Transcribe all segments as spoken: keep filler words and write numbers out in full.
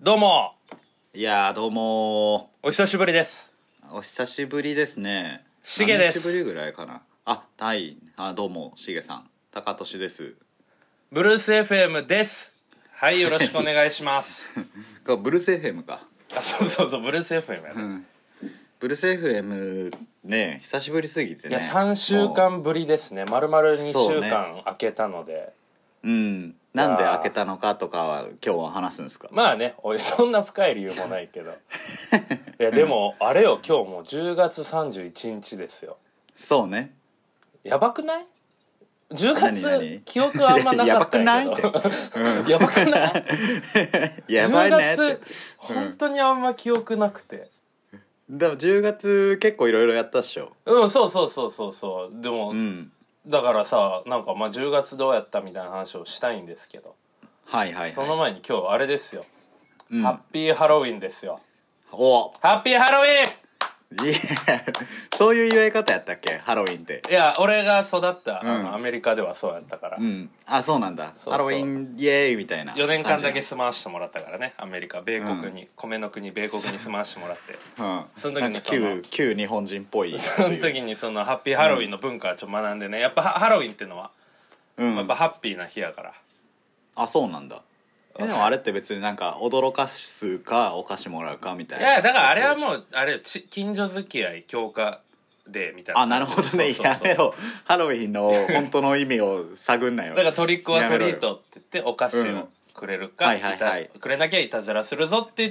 どうもいやーどうもお久しぶりです。 ーお久しぶりですね。 しげです。 何日ぶりぐらいかな。あ、はいあどうもしげさん、高俊です。 ブルース エフエム です。はい、よろしくお願いしますこれブルース エフエム か。 あ、そうそうそう、ブルース エフエム やね、 うん、ブルース エフエム ね、久しぶりすぎてね。 いやさんしゅうかんぶりですね。まるまるにしゅうかん空けたので、 う、ね、うんなんで開けたのかとかは今日は話すんですか。 まあね、おいそんな深い理由もないけどいやでもあれよ、今日もうじゅうがつさんじゅういちにちですよ。 そうね。 やばくない？じゅうがつ何何記憶あんまなかったんやけどやばくないやばいねってじゅうがつ本当にあんま記憶なくて、 でもじゅうがつ結構いろいろやったっしょ。 うん、そうそうそうそうそう。でも、 うん、 だからさ、なんかまあじゅうがつどうやったみたいな話をしたいんですけど、 はいはいはい。 その前に今日あれですよ、 うん、 ハッピーハロウィンですよ。 おハッピーハロウィいやそういう言い方やったっけ、ハロウィンって。 ン。いや俺が育った、 うん、 あのアメリカではそうやったから、 うん、あ、そうなんだ。 そうそう、 ハロウィンイエーイみたいなよねんかんだけ住まわしてもらったからね、アメリカ、米国に、うん、米の国米国に住まわしてもらって、うん、その時にその旧旧日本人っぽいその時にそのハッピーハロウィンの文化をちょっと学んでね、やっぱハロウィンっていうのは、うん、やっぱハッピーな日やから。あ、 そうなんだ。えでもあれって別になんか驚かすかお菓子もらうかみたいな。 いやだからあれはもうあれち近所付き合い強化でみたいな。 あ、なるほどね。やめろ、ハロウィンの本当の意味を探んなよ。 だからトリックはトリートって言ってお菓子をくれるか、 うん、はいはいはい、 くれなきゃいたずらするぞって言って、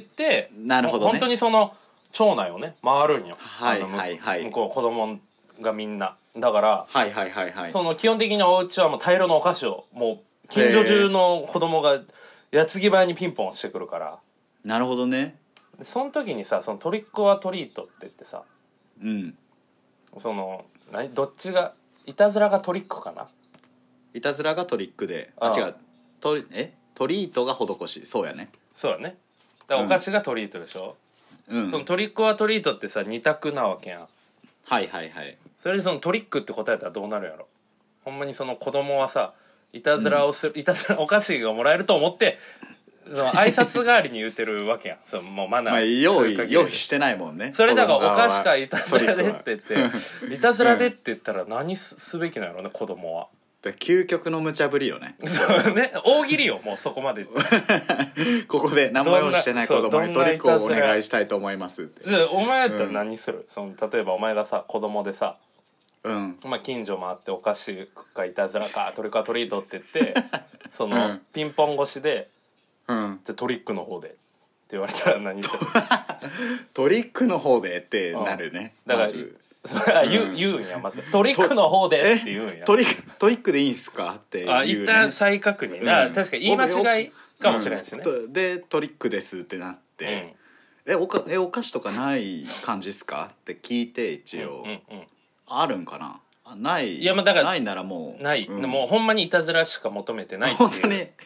なるほどね、 本当にその町内をね回るんよ、 はいはいはい、 向こう子供がみんなだから、 はいはいはいはい、 その基本的にお家はもう大量のお菓子をもう近所中の子供が矢継ぎ早にピンポンしてくるから。 なるほどね。 その時にさ、そのトリックはトリートって言ってさ、 うん、 その何どっちがいたずらがトリックかな。 いたずらがトリックで、あ、あ違う、トリえトリートが施し、そうやね。 そうやね。だからお菓子がトリートでしょ、うん、そのトリックはトリートってさ二択なわけやん。 はいはいはい。 それでそのトリックって答えたらどうなるやろ。ほんまにその子供はさ、いたずらをする、うん、いたずらお菓子がもらえると思ってその挨拶代わりに言うてるわけやん。そのもうマナー、まあ、 用意用意してないもんね。 それだからお菓子かいたずらでって言っていたずらでって言ったら何すべきなんやろね、子供は。 究極の無茶ぶりよね。 そうね、大喜利よ、もうそこまでここで何も用意してない子供にトリックをお願いしたいと思いますって。 お前やったら何する、うん、その例えばお前がさ子供でさ、うん、まあ、近所回ってお菓子かいたずらかトリックはトリートって言ってその、うん、ピンポン越しで、うん、じゃトリックの方でって言われたら何するトリックの方でってなるね、 うん、だから、まそれは言う、うん、言うんやまずトリックの方でって言うんや。 トリトリックでいいんすかっていう、ね、 あ、一旦再確認、うん、だ確かに言い間違いかもしれないしね、 うん、でトリックですってなって、うん、え, おかえお菓子とかない感じっすかって聞いて一応、うんうんうん、あるんかな。あない。 いやまあだからないならもうない、うん、もうほんまにいたずらしか求めてないっていう。 本当に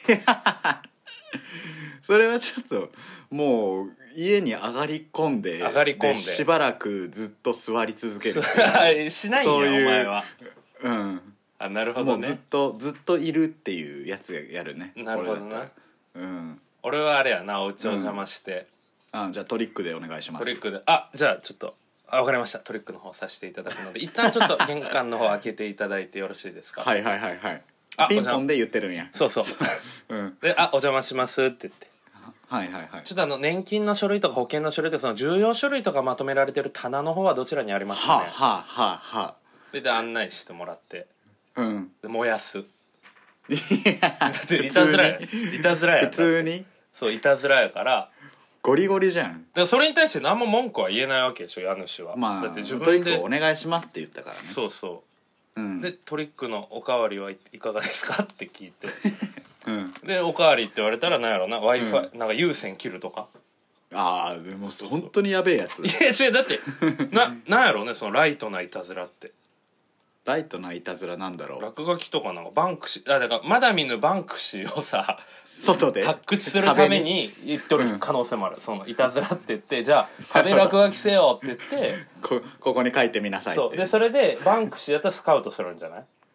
それはちょっともう家に上がり込んで上がり込んでしばらくずっと座り続けるしないんやお前は。 うん、 あ、なるほどね。 もうずっとずっといるっていうやつやるね。 なるほどな。 うん、 俺はあれやな、お家を邪魔して、 うん、あ、じゃあトリックでお願いします。 トリックで、あ、じゃあちょっとあ、分かりました、トリックの方させていただくので一旦ちょっと玄関の方開けていただいてよろしいですか。 はいはいはいはい。ピンポンで言ってるんや。 そうそう、うん、で、あ、お邪魔しますって言って、 はいはいはい、 ちょっとあの年金の書類とか保険の書類とかその重要書類とかまとめられてる棚の方はどちらにありますかね。 はあはあはあはあ。 で, で案内してもらって、 うん、 で燃やす。いやだっていたずらやいたずらや普通にそういたずらやからゴリゴリじゃん。だからそれに対して何も文句は言えないわけでしょ、家主は。 まあだって自分でトリックお願いしますって言ったからね。 そうそう、うん、でトリックのおかわりはいかがですかって聞いてうん、でおかわりって言われたら何やろな、 w i f i、うん、なんか有線切るとか。 ああでも本当にやべえやつ。 いや違う、だってななんやろうね、そのライトないたずらって。 ライトないたずらなんだろう。 落書きとかなんかバンクシー、あ、だからまだ見ぬバンクシーをさ外で発掘するために言っとる可能性もある、うん、そのいたずらって言ってじゃあ壁落書きせよって言ってこ, ここに書いてみなさいって。 そうでそれでバンクシーやったらスカウトするんじゃない。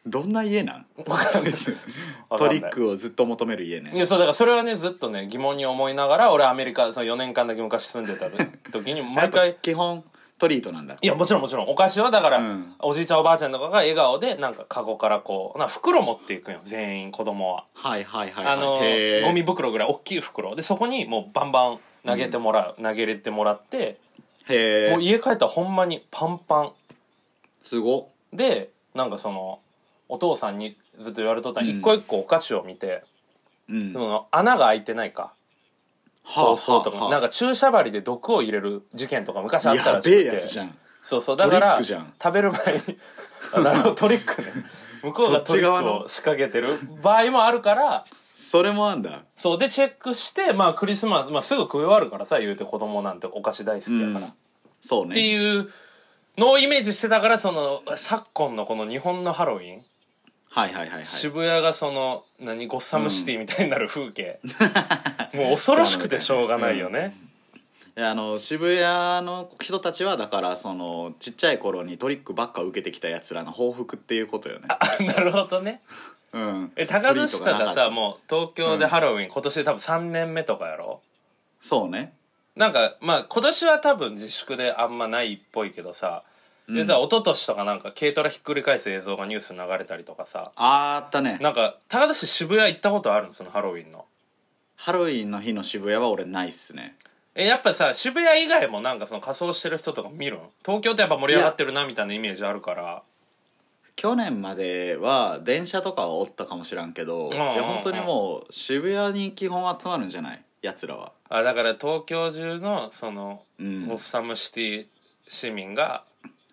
どんな家なんトリックをずっと求める家ね。 いやそうだからそれはねずっとね疑問に思いながら俺アメリカそのよねんかんだけ昔住んでた時に毎回基本トリートなんだ。 いやもちろんもちろんお菓子はだから、うん、おじいちゃんおばあちゃんとかが笑顔でなんかカゴからこうな袋持っていくよ全員子供は。 はいはいはい、 はい、あのゴミ袋ぐらい大きい袋でそこにもうバンバン投げてもらう、うん、投げ入れてもらってへもう家帰ったらほんまにパンパンすごでなんかそのお父さんにずっと言われとったら一個一個お菓子を見て、うん、その穴が開いてないか包装とか、はあはあ、なんか注射針で毒を入れる事件とか昔あったらしくてやべえやつじゃん。 そうそうだから食べる前にあなるほどトリックね向こうがトリックを仕掛けてる場合もあるからそれもあんだ。 そうでチェックしてまあクリスマス、まあ、すぐ食い終わるからさ言うて子供なんてお菓子大好きやから、うん、 そうねっていうのをイメージしてたからその昨今のこの日本のハロウィンはいはいはいはい、 渋谷がその何ゴッサムシティみたいになる風景、うん、もう恐ろしくてしょうがないよね、 うん、あの渋谷の人たちはだからそのちっちゃい頃にトリックばっか受けてきたやつらの報復っていうことよね。 あなるほどね、うん、え高田下がさもう東京でハロウィン、うん、今年で多分さんねんめとかやろ。 そうねなんかまあ今年は多分自粛であんまないっぽいけどさでだから一昨年とかなんか軽トラひっくり返す映像がニュースに流れたりとかさあ, あったね。 なんか高田市渋谷行ったことあるんですよハロウィンの。 ハロウィンの日の渋谷は俺ないっすね。 えやっぱさ渋谷以外もなんかその仮装してる人とか見るん？東京ってやっぱ盛り上がってるなみたいなイメージあるから。 去年までは電車とかはおったかもしらんけど、うんうんうん、いや本当にもう渋谷に基本集まるんじゃないやつらは。 あだから東京中のその、うん、ゴッサムシティ市民が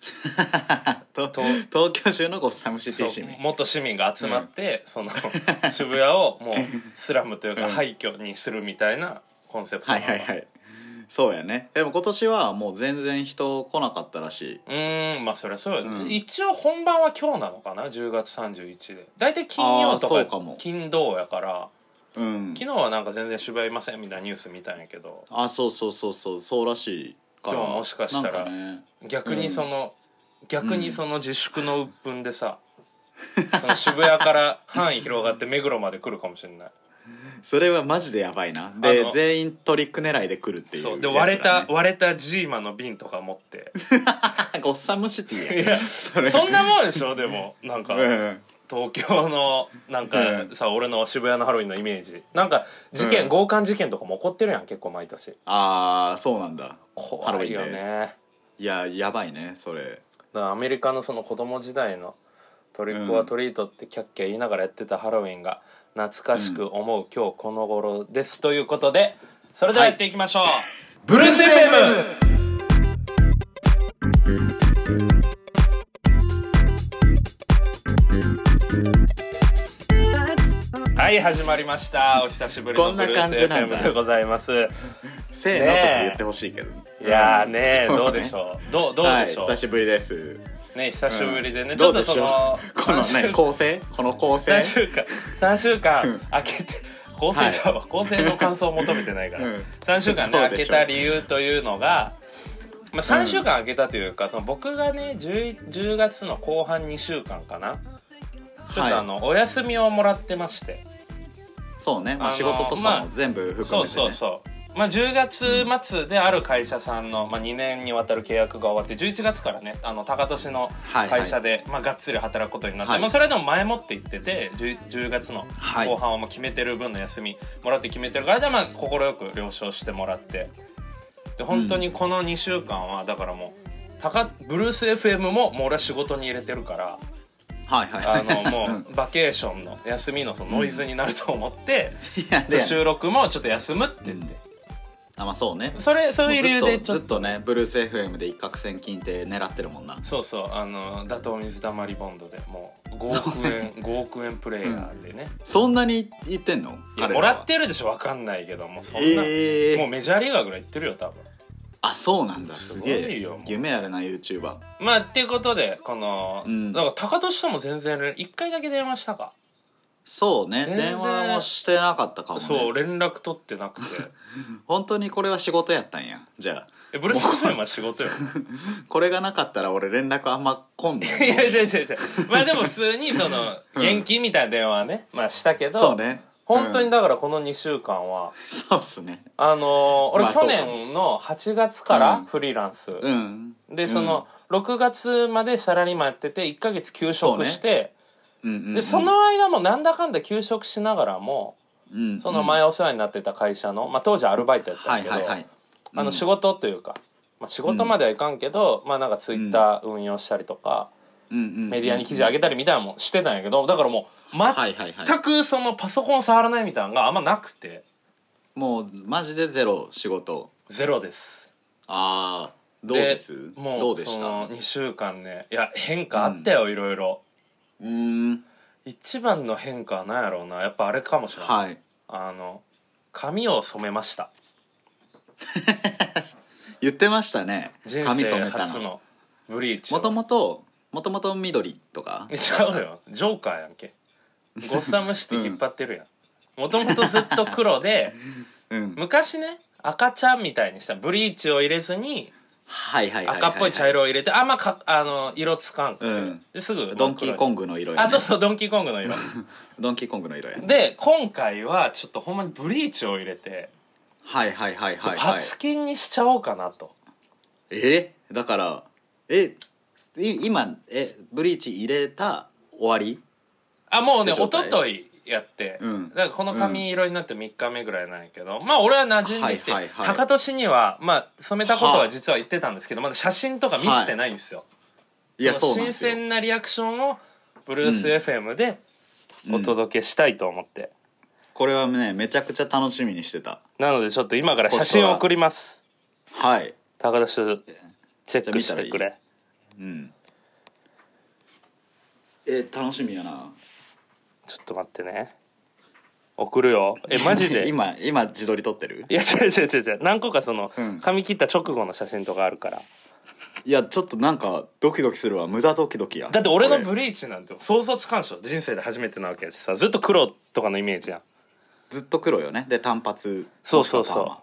東京州のゴッサムシティ市民元市民が集まって、うん、その渋谷をもうスラムというか廃墟にするみたいなコンセプトなの、 はいはいはいそうやね。でも今年はもう全然人来なかったらしい。 うーんまあそりゃそうよね、うん、一応本番は今日なのかなじゅうがつさんじゅういちでだいたい金曜とか金土やから、うん、昨日はなんか全然渋谷いませんみたいなニュース見たんやけどあそうそうそうそうそうらしいから今日もしかしたら、ね、逆にその、うん、逆にその自粛の鬱憤でさ、うん、その渋谷から範囲広がって目黒まで来るかもしれないそれはマジでやばいな。で全員トリック狙いで来るっていう、ね、そうで割れた割れたジーマの瓶とか持ってゴッサムシティやいや そ, そんなもんでしょでもなんか、うん、東京のなんか、うん、さ俺の渋谷のハロウィンのイメージなんか事件、うん、強姦事件とかも起こってるやん結構毎年。 ああそうなんだ。 怖いよね。 いややばいねそれ。 だからアメリカのその子供時代のトリックオアトリートってキャッキャ言いながらやってたハロウィンが懐かしく思う、うん、今日この頃ですということでそれではやっていきましょう、はい、ブルース エフエム。はい始まりましたお久しぶりのブルース エフエム でございます。 せーのとか言ってほしいけど、ね、 いやーね、うん、どうでしょうどう、どうでしょう、 はい、久しぶりですね久しぶりでね、うん、 ちょっとそのこのね構成この構成さんしゅうかんさんしゅうかん空けて構成じゃ、はい、構成の感想を求めてないから、うん、さんしゅうかんね空けた理由というのが、まあ、さんしゅうかん空けたというか、うん、その僕がね 10, じゅうがつの後半にしゅうかんかなちょっとあの、はい、お休みをもらってまして。 そうね、まあ、仕事とかも全部含めて、ね、 そうそうそうまあ、じゅうがつ末である会社さんの、まあ、にねんにわたる契約が終わってじゅういちがつからねあの高俊の会社で、はいはいまあ、がっつり働くことになって、はいまあ、それでも前もって言ってて 10, じゅうがつの後半はもう決めてる分の休みもらって決めてるからで、まあ、快く了承してもらってで本当にこのにしゅうかんはだからもう高ブルース エフエム ももう俺は仕事に入れてるからはいはい、 あのもうバケーションの休みのそのノイズになると思って、うん、収録もちょっと休むって言って、うんあまあそうねそれそういう理由でちょっとずっとねブルース エフエム で一攫千金って狙ってるもんな。 そうそうあの打倒水溜りボンドでもうごおくえんごおくえんプレイヤーでね、 うん、そんなに言ってんの？ いやもらってるでしょ分かんないけどもそんな、えー、もうメジャーリーガーぐらい言ってるよ多分。 あそうなんだすげえ夢あるな YouTuber。 まあっていうことでこの、うん、だから高俊とも全然いっかいだけ電話したか。 そうね、電話もしてなかったかもね。 そう連絡取ってなくて本当にこれは仕事やったんや。じゃあえブルース エフエム は仕事よこれがなかったら俺連絡あんま来んの。 いや違う違う違うまあでも普通にその元気みたいな電話はね、まあしたけど、 そうね、 本当にだからこのにしゅうかんは、 うん、そうっすね。 あのー、俺まあ去年のはちがつからフリーランス、 うん、 でそのろくがつまでサラリーマンやってていっかげつ休職して、 うんうんうん、 でその間もなんだかんだ休職しながらも、うんうん、その前お世話になってた会社の、まあ、当時アルバイトやったんだけど、はいはいはい、あの仕事というか、まあ、仕事まではいかんけど、うん、まあなんかツイッター運用したりとか、うん、メディアに記事上げたりみたいなのもしてたんやけど、だからもう全くそのパソコン触らないみたいなのがあんまなくて、 もうマジでゼロ仕事ゼロです。 ああどうです？ もうどうでした？ そのにしゅうかんね、いや変化あったよ、うん、いろいろ。うーん一番の変化は何やろうな、やっぱあれかもしれない、はい、あの髪を染めました言ってましたね。 人生初のブリーチ。 もともともともと緑とかちゃうよ、ジョーカーやんけ。ゴッサムシティ引っ張ってるやん。もともとずっと黒で、うん、昔ね赤ちゃんみたいにしたブリーチを入れずに赤っぽい茶色を入れてあんまかあの色つかんくて、うん、ですぐドンキーコングの色や、ね、 あそうそうドンキーコングの色ドンキーコングの色や、ね、 で今回はちょっとほんまにブリーチを入れてはいはいはいはい、はい、 パツキンにしちゃおうかなと。 えだからえ今えブリーチ入れた終わり？ あもうね一昨日やって、うん、だからこの髪色になってみっかめぐらいなんやけど、うん、まあ俺は馴染んできて、はいはいはい、高俊にはまあ染めたことは実は言ってたんですけどまだ写真とか見せてないんですよ、はい、いやそうなんですよ。新鮮なリアクションをブルース エフエム でお届けしたいと思って、うんうん、 これはねめちゃくちゃ楽しみにしてた。 なのでちょっと今から写真を送ります。 はい、 高俊チェックしてくれ。うん、 え楽しみやな。 ちょっと待ってね送るよ。えマジで今今自撮り撮ってる？ いや違う違う違う違う何個かその、うん、髪切った直後の写真とかあるから。 いやちょっとなんかドキドキするわ。無駄ドキドキや。 だって俺のブリーチなんて想像つかんでしょ。人生で初めてなわけやしさ、ずっと黒とかのイメージやん。 ずっと黒よね。で単発。 そうそうそう。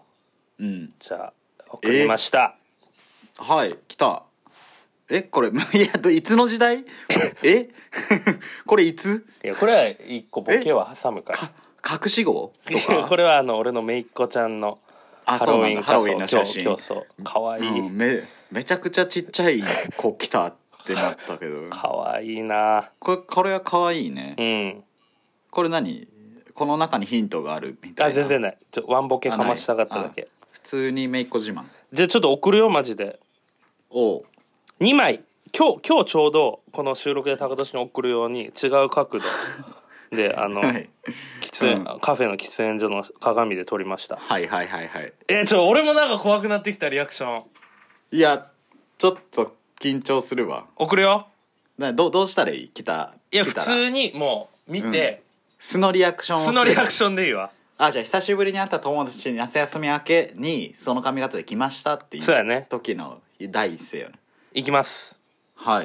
うんじゃあ送りました、 えー、はい来た。えこれいやいつの時代えこれいつ？ いやこれは一個ボケは挟むから隠し子とかこれはあの俺の姪っ子ちゃんのハロウィン仮装の写真競争かわいい、 うん、め, めちゃくちゃちっちゃい子来たってなったけどかわいいなこれ。これはかわいいね。うんこれ何この中にヒントがあるみたいな？ あ全然ない。ちょワンボケかましたかっただけ。 普通に姪っ子自慢。 じゃあちょっと送るよマジで。おうにまい今日今日ちょうどこの収録で高俊に送るように違う角度であの、はい、喫煙、うん、カフェの喫煙所の鏡で撮りました。 はいはいはいはい。 えー、ちょ俺もなんか怖くなってきたリアクション。 いやちょっと緊張するわ。 送るよ。 などどうしたらいい？来たいや普通にもう見て、 うん、素のリアクションを素のリアクションでいいわ。 あじゃあ久しぶりに会った友達に夏休み明けにその髪型で来ましたっていう時の第一声よね。 いきます。 はい。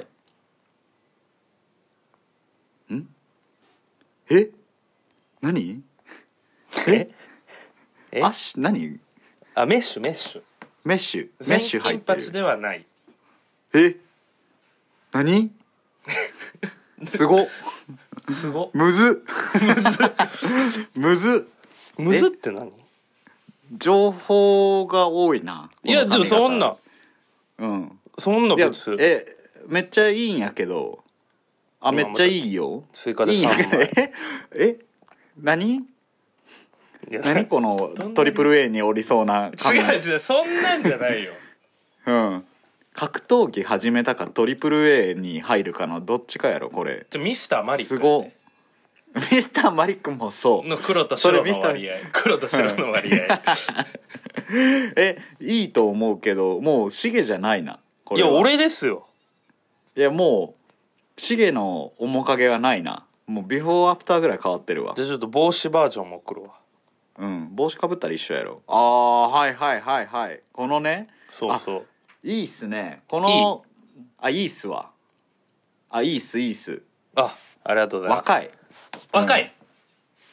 んえ何ええあし何あメッシュメッシュメッシュメッシュ入ってる。 全金髪ではない。 え何すごすごむずむずむずって何？ 情報が多いな。 いやでもそんなうんそんな別えめっちゃいいんやけどあめっちゃいいよ。 追加でさんまい。いいんやけどええ何何このトリプル A におりそうな違う違うそんなんじゃないようん格闘技始めたかトリプル A に入るかのどっちかやろこれ。 ミスターマリック、 ね、すごミスターマリックもそうの黒と白の割合黒と白の割合えいいと思うけどもうシゲじゃないなこれは。 いや俺ですよ。 いやもうシゲの面影がないな。もうビフォーアフターぐらい変わってるわ。 じゃあちょっと帽子バージョンも送るわ。 うん帽子かぶったら一緒やろ。ああはいはいはいはいこのねそうそういいっすねこのいいあいいっすわあいいっすいいっすあありがとうございます。 若い若い、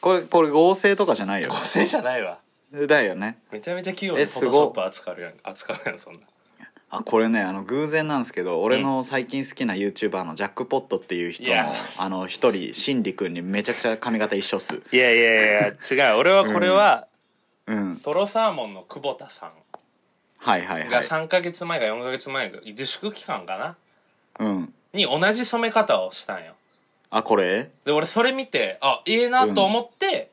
これこれ合成とかじゃないよ合成じゃないわだよね。 めちゃめちゃ器用にフォトショップ扱うやん扱うやんそんな。 あこれねあの偶然なんですけど、俺の最近好きな YouTuber のジャックポットっていう人の、うん、あの一人シンリ君にめちゃくちゃ髪型一緒っす。 いやいやいや違う俺はこれは、うん、トロサーモンの久保田さんはいはいはいがさんかげつまえかよんかげつまえ自粛期間かな、 うん、 に同じ染め方をしたんよ。 あこれで俺それ見てあいいなと思って、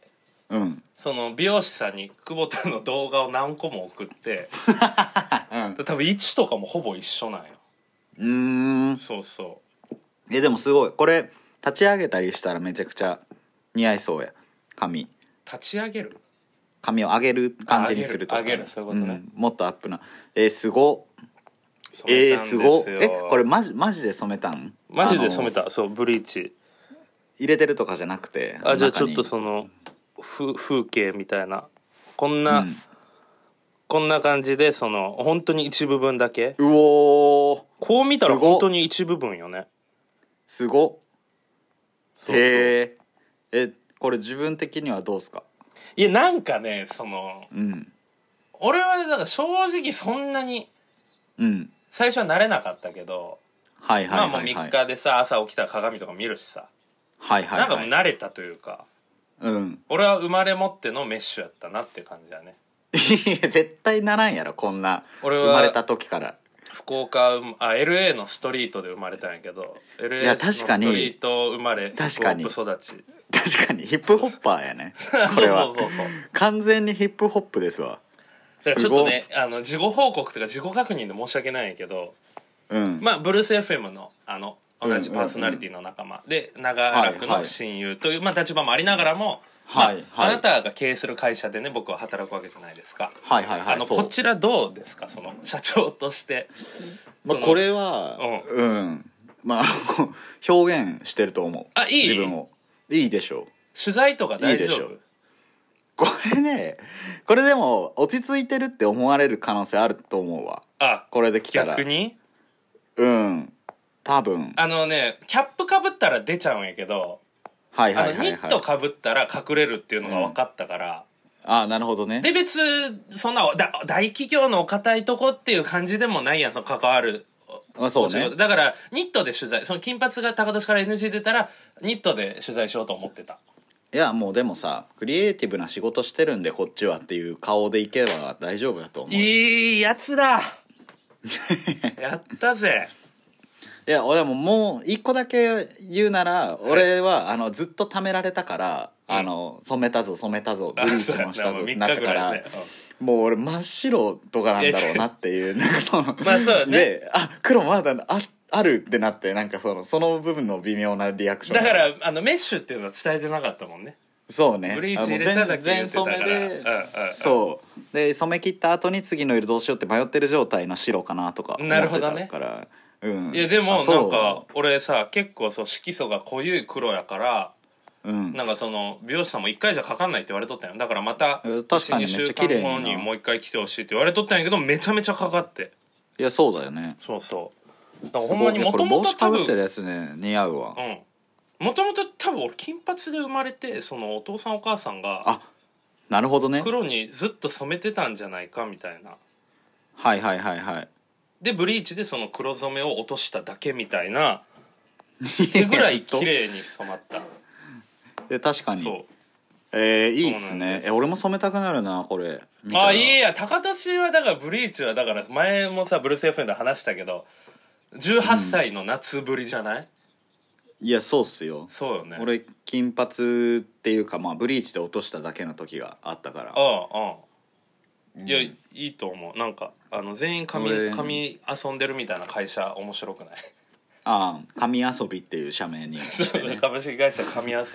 うん、 その美容師さんに久保田の動画を何個も送って、うん、多分位置とかもほぼ一緒なんよ。 うーんそうそうえでもすごいこれ立ち上げたりしたらめちゃくちゃ似合いそうや。髪立ち上げる髪を上げる感じにするとか上げるそういうことね、 うん、もっとアップなえー、すごえー、すごえこれマジマジで染めたん？ マジで染めた。そうブリーチ入れてるとかじゃなくてあじゃあちょっとそのふ風景みたいなこんな、うん、こんな感じでその本当に一部分だけ。 うおこう見たら本当に一部分よね。 すごそうそうへえこれ自分的にはどうすか？ いやなんかねその、 うん、 俺はだから正直そんなに、うん、最初は慣れなかったけど、はいはいはいはい、まあもうみっかでさ朝起きたら鏡とか見るしさ、はいはいはい、なんかもう慣れたというか、うん、俺は生まれ持ってのメッシュやったなって感じだね。 いや絶対ならんやろこんな生まれた時から。 福岡あ エルエー のストリートで生まれたんやけど エルエー のストリート生まれヒップホップ育ち。 確かにヒップホッパーやねこれはそうそうそうそう完全にヒップホップですわ。 ちょっとねあの事後報告とか自己確認で申し訳ないんやけど、うん、まあブルース エフエム のあの同じパーソナリティの仲間、うんうんうん、で長らくの親友という、はいはいまあ、立場もありながらも、はいはいまあ、あなたが経営する会社でね僕は働くわけじゃないですか。はいはいはい。あのこちらどうですかその社長として。 まあ、これはうん、うん、まあ表現してると思う。 あいい自分をいいでしょう。 取材とか大丈夫？いいでしょう。 これねこれでも落ち着いてるって思われる可能性あると思うわ。あこれで来たら逆にうん多分あのねキャップかぶったら出ちゃうんやけど、はいはいはいはい、あのニットかぶったら隠れるっていうのが分かったから、 うん、あなるほどね。 で別そんなだ大企業のお堅いとこっていう感じでもないやんその関わる。あそうね、だからニットで取材その金髪が高年から エヌジー 出たらニットで取材しようと思ってた。 いやもうでもさクリエイティブな仕事してるんでこっちはっていう顔でいけば大丈夫だと思う。 いいやつだやったぜ。 いや俺ももう一個だけ言うなら俺は、はい、あのずっと貯められたから、うん、あの染めたぞ染めたぞブリーチもしたぞってなったから、ねうん、もう俺真っ白とかなんだろうなっていうなんかそのまあそうねであ黒まだああるってなってなんかそのその部分の微妙なリアクションだからあのメッシュっていうのは伝えてなかったもんね。 そうねブリーチ入れただけ言ってたから全染めで、うんうんうん、そうで染め切った後に次の色どうしようって迷ってる状態の白かなとか思ってたから。なるほどね。うん、 いやでもなんか俺さ結構そう色素が濃い黒やから、うん、なんかその美容師さんもいっかいじゃかかんないって言われとったんよ。だからまた いち,に 週間後にもういっかい来てほしいって言われとったんやけどめちゃめちゃかかって。 いやそうだよね。 そうそうだからほんまにもともと多分帽子かぶってるやつね似合うわ。 うんもともと多分俺金髪で生まれてそのお父さんお母さんがあなるほどね黒にずっと染めてたんじゃないかみたいな。 はいはいはいはいでブリーチでその黒染めを落としただけみたいなってぐらい綺麗に染まったで確かにそうえー、いいっすね。え俺も染めたくなるなこれ。 あいいや高年はだからブリーチはだから前もさブルース エフエム で話したけどじゅうはっさいの夏ぶりじゃない、 うん、いやそうっすよ。 そうよね。 俺金髪っていうかまあブリーチで落としただけの時があったから。ああああいや、うん、いいと思う。なんかあの全員髪髪遊んでるみたいな会社面白くない？ ああ髪遊びっていう社名にして、ね、 株式会社髪遊びね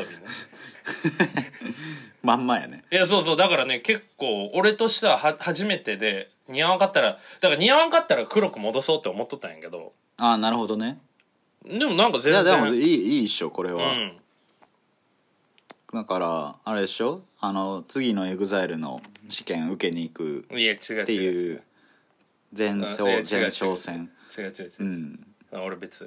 まんまやね。 いやそうそうだからね結構俺としてはは初めてで似合わんかったらだから似合わんかったら黒く戻そうって思っとったんやけど。 ああなるほどね。 でもなんか全然いやでもいいいいっしょこれは、うん、だからあれでしょあの次のエグザイルの試験受けに行くっていう前哨前哨戦。 違う違う違う、うん、俺別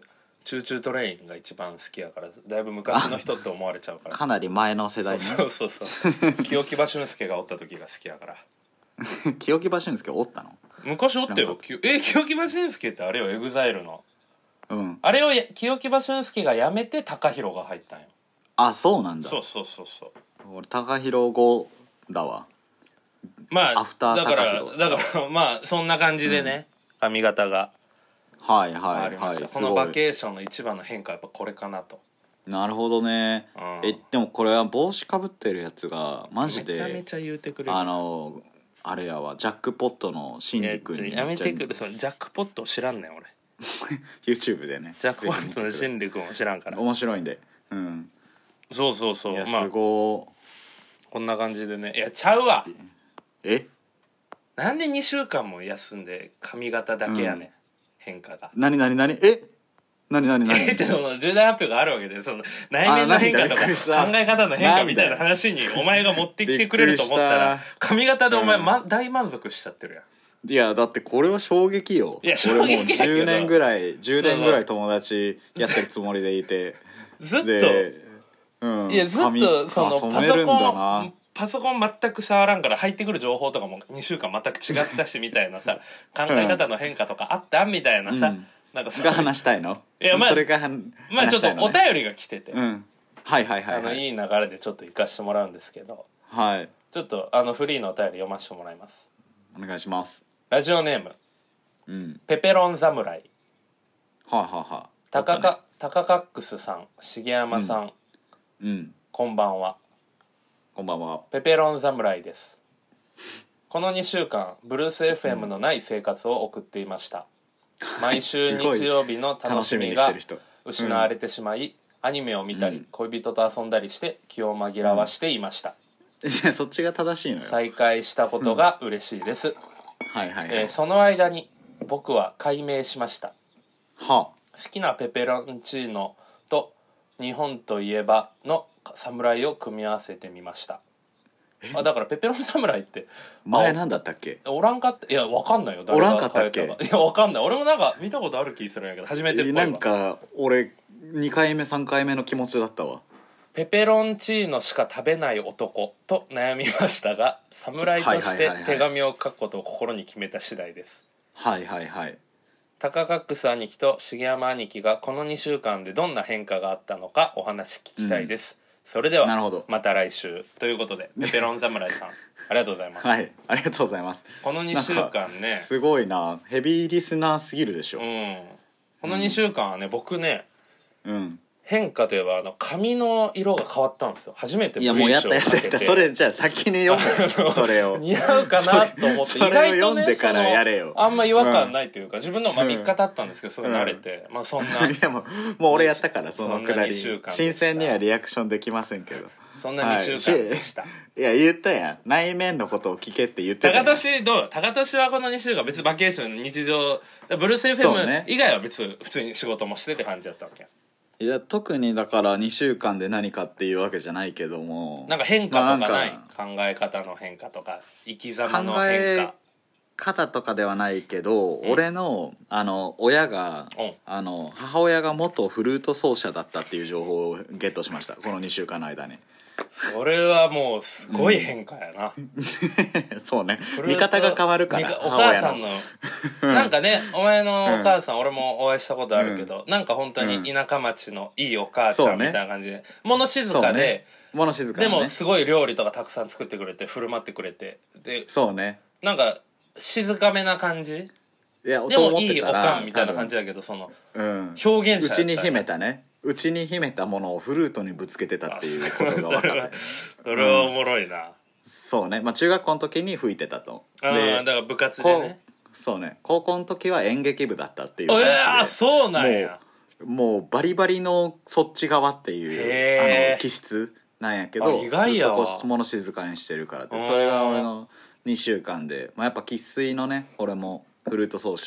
チューチュートレインが一番好きやから、だいぶ昔の人って思われちゃうから。 かなり前の世代ね。 そうそうそうそう清木場俊介がおった時が好きやから清木場俊介おったの？ 昔おったよ。え清木場俊介ってあれよ、エグザイルの、 うん、 あれを清木場俊介が辞めて高弘が入ったんよ。 あ、そうなんだ。 そうそうそうそう。 俺高弘後だわ。 まあアフターだからだからまあそんな感じでね、うん、髪型がはいはいはい、 このバケーションの一番の変化はやっぱこれかなと。 なるほどね、うん、えでもこれは帽子かぶってるやつがマジでめちゃめちゃ言うてくれる。 あのあれやわ、ジャックポットのシンディ君にやめてくる。そのジャックポットを知らんねん俺 YouTube でねジャックポットのシンディ君を知らんから。 面白いんで。うん、 そうそうそう。 いや、まあ、すごーこんな感じでね。いやちゃうわ。 えなんでにしゅうかんも休んで髪型だけやねん、うん、変化が。 なになになにえなになになにえってその重大発表があるわけで、その内面の変化とか考え方の変化みたいな話にお前が持ってきてくれると思ったら髪型でお前、ま、大満足しちゃってるやん。 いやだってこれは衝撃よ。 いや衝撃やけど、俺もうじゅうねんぐらいじゅうねんぐらい友達やってるつもりでいてずっと、 うん、 いやずっとそのパソコンパソコン全く触らんから入ってくる情報とかもにしゅうかん全く違ったしみたいなさ考え方の変化とかあったみたいなさ、うん、なんかそが話したいの？ いやまあそれが、ね、 まあちょっとお便りが来てて、 うん、はいはいはい、はい、 あのいい流れでちょっと行かしてもらうんですけど、 はい、 ちょっとあのフリーのお便り読ませてもらいます。 お願いします。 ラジオネーム、 うん、 ペペロン侍。 はいはいはい。 タカカタカカックスさん、重山さん、 うん、うん、 こんばんは。 こんばんは。 ペペロン侍です。このにしゅうかんブルース エフエム のない生活を送っていました、うん、毎週日曜日の楽しみが失われてしまい、うん、アニメを見たり、うん、恋人と遊んだりして気を紛らわしていました、 うん、いやそっちが正しいのよ。 再会したことが嬉しいです、うん、 はいはいはい、 えー、その間に僕は改名しました、 はあ、 好きなペペロンチーノと日本といえばの侍を組み合わせてみました。あだからペペロン侍って前なんだったっけ？ おらんかった。いやわかんないよ。 おらんかったっけ？ いやわかんない。俺もなんか見たことある気するんやけど初めてっぽいわ。 なんか俺にかいめさんかいめの気持ちだったわ。 ペペロンチーノしか食べない男と悩みましたが、侍として手紙を書くことを心に決めた次第です。 はいはいはい。 タカカックス兄貴と重山兄貴がこのにしゅうかんでどんな変化があったのかお話聞きたいです、うん、それではまた来週ということでペペロン侍さんありがとうございます。 はい、ありがとうございます。 このにしゅうかんねすごいな、ヘビーリスナーすぎるでしょ。 うん、このにしゅうかんはね、うん、僕ね、 うん、 変化といえばあの髪の色が変わったんですよ。初めてブリーチをかけて。 いやもうやったやったやった。それじゃあ先に読むそれを似合うかなと思って意外とねそのあんま違和感ないというか、うん、自分のまあみっか経ったんですけどすごい慣れて、うん、まあそんないやもうもう俺やったからそのくだり新鮮にはリアクションできませんけどそんなにしゅうかんでした、はい、 いや言ったやん、内面のことを聞けって言ってたやん。 高俊どう？高俊はこのにしゅうかん別にバケーション日常ブルース エフエム 以外は別に普通に仕事もしてって感じだったわけ。 いや特にだからにしゅうかんで何かっていうわけじゃないけども、 なんか変化とかない、まあ、考え方の変化とか生き様の変化、 考え方とかではないけど、うん、俺のあの親が、うん、あの母親が元フルート奏者だったっていう情報をゲットしましたこのにしゅうかんの間に。 それはもうすごい変化やな、うん、 そうね、見方が変わるからお母さんのなんかねお前のお母さん、うん、俺もお会いしたことあるけど、うん、なんか本当に田舎町のいいお母ちゃんみたいな感じで、物静かで、ね、 物静か、ね、 でもすごい料理とかたくさん作ってくれて振る舞ってくれて、でそうね、 なんか静かめな感じ、 いやでもいいおかんみたいな感じだけど、その、うん、表現者うちに秘めたねうちに秘めたものをフルートにぶつけてたっていうことが分かってそれはおもろいな、うん、 そうね、まあ、中学校の時に吹いてたと。 あでだから部活でね、 そうね、高校の時は演劇部だったっていう話で、 えー、そうなんや。 もう、もうバリバリのそっち側っていうあの気質なんやけど、 意外やわ、 ずっとこう物静かにしてるからって、それが俺のにしゅうかんで、まあ、やっぱ生粋のね俺もフルート奏者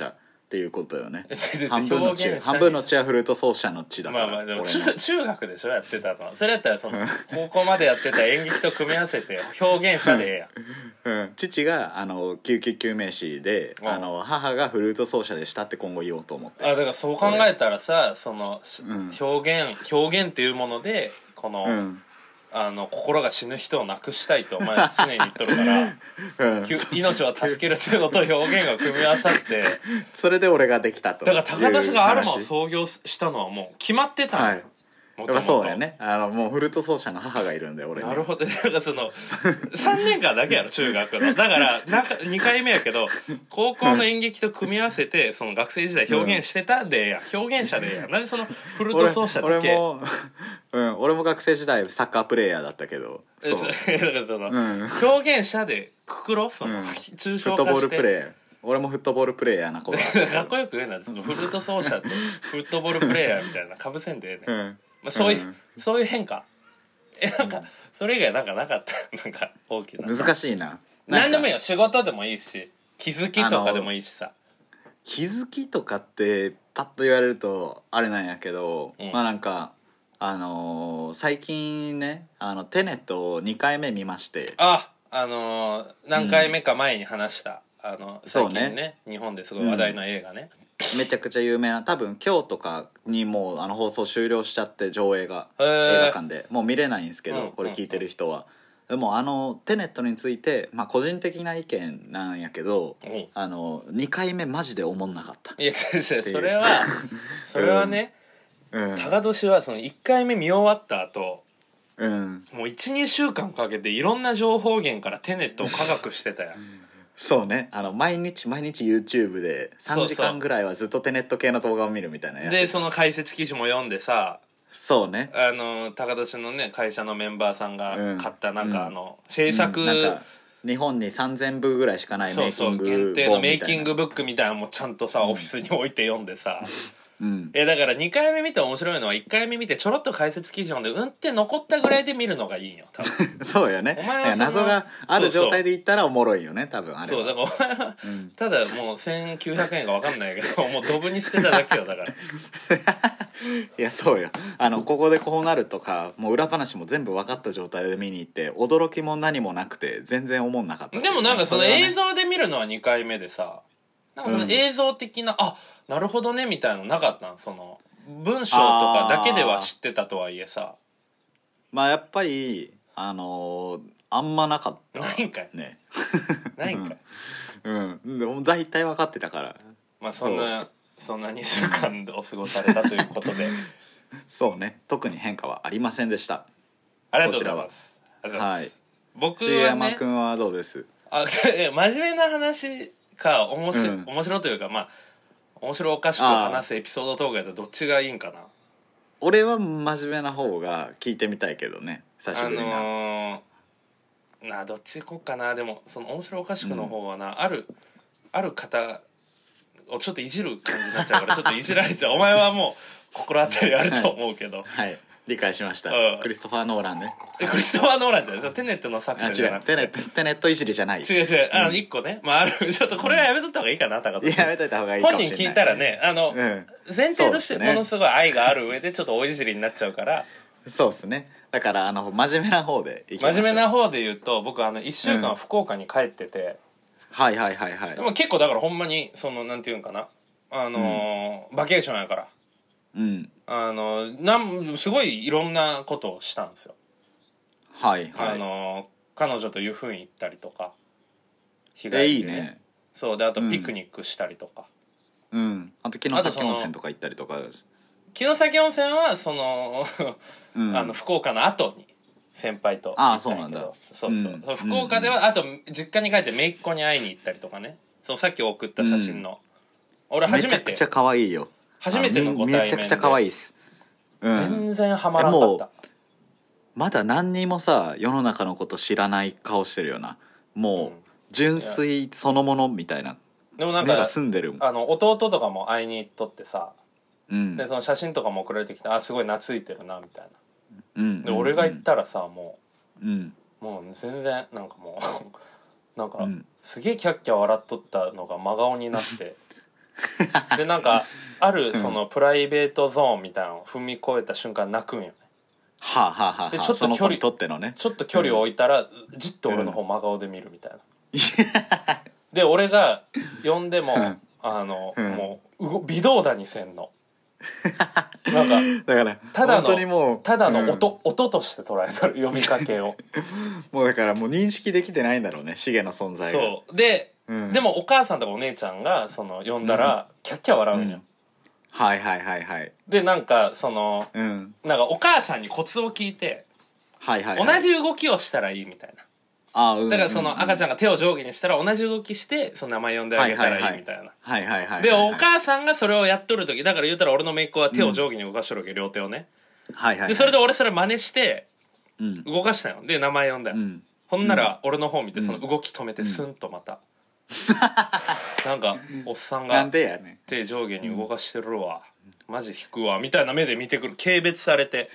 っていうことよね。 違う違う半分の血半分の血はフルート奏者の血だから。 まあまあでも俺の中中学でしょやってたのは。それやったらその高校までやってた演劇と組み合わせて表現者でええやん。 うん、父があの救急救命士で、 うん、 あの母がフルート奏者でしたって今後言おうと思って。 あだからそう考えたらさその、うん、表現表現っていうものでこの、うん、あの心が死ぬ人を亡くしたいとお前は常に言っとるから、うん、命を助けるっていうのと表現が組み合わさってそれで俺ができたと。 だから高田氏がアロマを創業したのはもう決まってたのよ、はい、 やっぱそうだよね。あのもうフルート奏者の母がいるんで俺に。 なるほど。だからそのさんねんかんだけやろ中学の。だからなんかにかいめやけど高校の演劇と組み合わせてその学生時代表現してたでや、うん、表現者でや。なんでそのフルート奏者だけ。 俺, 俺もうん俺も学生時代サッカープレーヤーだったけど。そうだからその、うん、表現者でくくろその、うん、抽象化して。フットボールプレー。俺もフットボールプレーヤーな子だ。 かっこよく言うな。そのフルート奏者とフットボールプレーヤーみたいなかぶせんでええね、うんまあ、そういう、うん、そういう変化えなんかそれ以外なんかなかったなんか大きな難しいな。 何でもいいよ仕事でもいいし気づきとかでもいいしさ。 気づきとかってパッと言われるとあれなんやけど、うん、まあなんかあのー、最近ねあのテネットをにかいめ見まして。 ああのー、何回目か前に話した、うん、あの最近 ね, ね日本ですごい話題の映画ね、 うん、めちゃくちゃ有名な多分今日とかにもうあの放送終了しちゃって上映が映画館でもう見れないんですけど、うん、これ聞いてる人は、うん、でもあのテネットについて、まあ、個人的な意見なんやけど、うん、あのにかいめマジで思んなかった。 いや違う違うそれはそれはね、うん、高年はそのいっかいめ見終わった後、うん、もう いちにしゅうかんかけていろんな情報源からテネットを科学してたやんそうねあの毎日毎日 YouTube でさんじかんぐらいはずっとテネット系の動画を見るみたいなやつでその解説記事も読んでさそうねあの高年のね会社のメンバーさんが買ったなんか、うん、あの制作、うん、なんか日本にさんぜんぶぐらいしかないメイキングそうそう限定のメイキングブックみたいなのもちゃんとさ、うん、オフィスに置いて読んでさうん、えだからにかいめ見て面白いのはいっかいめ見てちょろっと解説記事読んでうんって残ったぐらいで見るのがいいよ多分そうよねお前は謎がある状態で言ったらおもろいよね多分あれはそうだからお前は、うん、ただもうせんきゅうひゃくえんか分かんないけどもうドブに捨てただけよだからいやそうよあのここでこうなるとかもう裏話も全部分かった状態で見に行って驚きも何もなくて全然思んなかったでもなんかその映像で見るのはにかいめでさなんかその映像的な、うん、あなるほどねみたいなのなかったんその文章とかだけでは知ってたとはいえさまあやっぱりあのー、あんまなかったないんかいねないんかいうん、うん、でも大体分かってたからまあそんなそんなにしゅうかんでお過ごされたということでそうね特に変化はありませんでした。 ありがとうございますありがとうございます、はい、僕はね重山君はどうですあ真面目な話か面白、うん、面白というかまあ面白おかしく話すエピソードトークやったらどっちがいいんかな。 俺は真面目な方が聞いてみたいけどね久しぶりな、あのー、などっち行こうかな。でもその面白おかしくの方はな、うん、あるある方をちょっといじる感じになっちゃうからちょっといじられちゃうお前はもう心当たりあると思うけど、 はい、はい理解しました、うん、クリストファー・ノーランねクリストファー・ノーランじゃないテネットの作者じゃなくてテネットテネットいじりじゃない違う違うあのいっこね、うん、まああるちょっとこれはやめとった方がいいかな高田やめといた方がいいかもしれない本人聞いたらねあの、うん、前提としてものすごい愛がある上でちょっとおいじりになっちゃうからそうですねだからあの真面目な方でいきましょう。 真面目な方で言うと僕あのいっしゅうかん福岡に帰ってて、うん、 はいはいはいはいでも結構だからほんまにそのなんていうんかなあのーうん、バケーションやからうんあのなんすごいいろんなことをしたんですよ。 はいはい。 あの彼女と湯布院行ったりとか日帰りで、ね、いいね。そうであとピクニックしたりとか。 うん。うん、あと城崎温泉とか行ったりとか。 城崎温泉はそのうん、あの福岡の後に先輩と行ったんやけど。ああそうなんだ。そうそう。うん、福岡では、うん、あと実家に帰って姪っ子に会いに行ったりとかね。そのさっき送った写真の。うん、俺初めて。 めちゃくちゃ可愛いよ。 初めてのご対面でめちゃくちゃ可愛いです、 うん、全然ハマらなかった。 まだ何にもさ世の中のこと知らない顔してるよなもう、うん、純粋そのものみたいなでもなんか目が澄んでるあの弟とかも会いに行っとってさ、うん、でその写真とかも送られてきてあすごい懐いてるなみたいな、うん、で、うん、俺が行ったらさもう、うん、もう全然なんかもうなんか、うん、すげえキャッキャ笑っとったのが真顔になってでなんかあるそのプライベートゾーンみたいなのを踏み越えた瞬間泣くんよね。 はあはあはあ、 でちょっと距離とってのね、 ちょっと距離を置いたら、うん、じっと俺の方真顔で見るみたいな、うん、で俺が呼んでも、うん、あの、うん、もう微動だにせんのなんかだからただのもうただの音、うん、音として捉えたる呼びかけをもうだからもう認識できてないんだろうね、シゲの存在が。 そうで、うん、でもお母さんとかお姉ちゃんがその呼んだら、うん、キャッキャ笑うんよ、うん、 はいはいはいはい。 でなんかその、うん、なんかお母さんにコツを聞いて、 はいはいはい、 同じ動きをしたらいいみたいな。あ、うんうんうん、だからその赤ちゃんが手を上下にしたら同じ動きしてその名前呼んであげたらいいみたいな。はいはいはい。でお母さんがそれをやっとる時だから言うたら俺の姪っ子は手を上下に動かしとるわけ、うん、両手をね。はいはいはい。でそれで俺それ真似して動かしたよ。で名前呼んだよ、うん、ほんなら俺の方見てその動き止めてスンとまた、うん、なんかおっさんが手上下に動かしてるわ、マジ引くわみたいな目で見てくる、軽蔑されて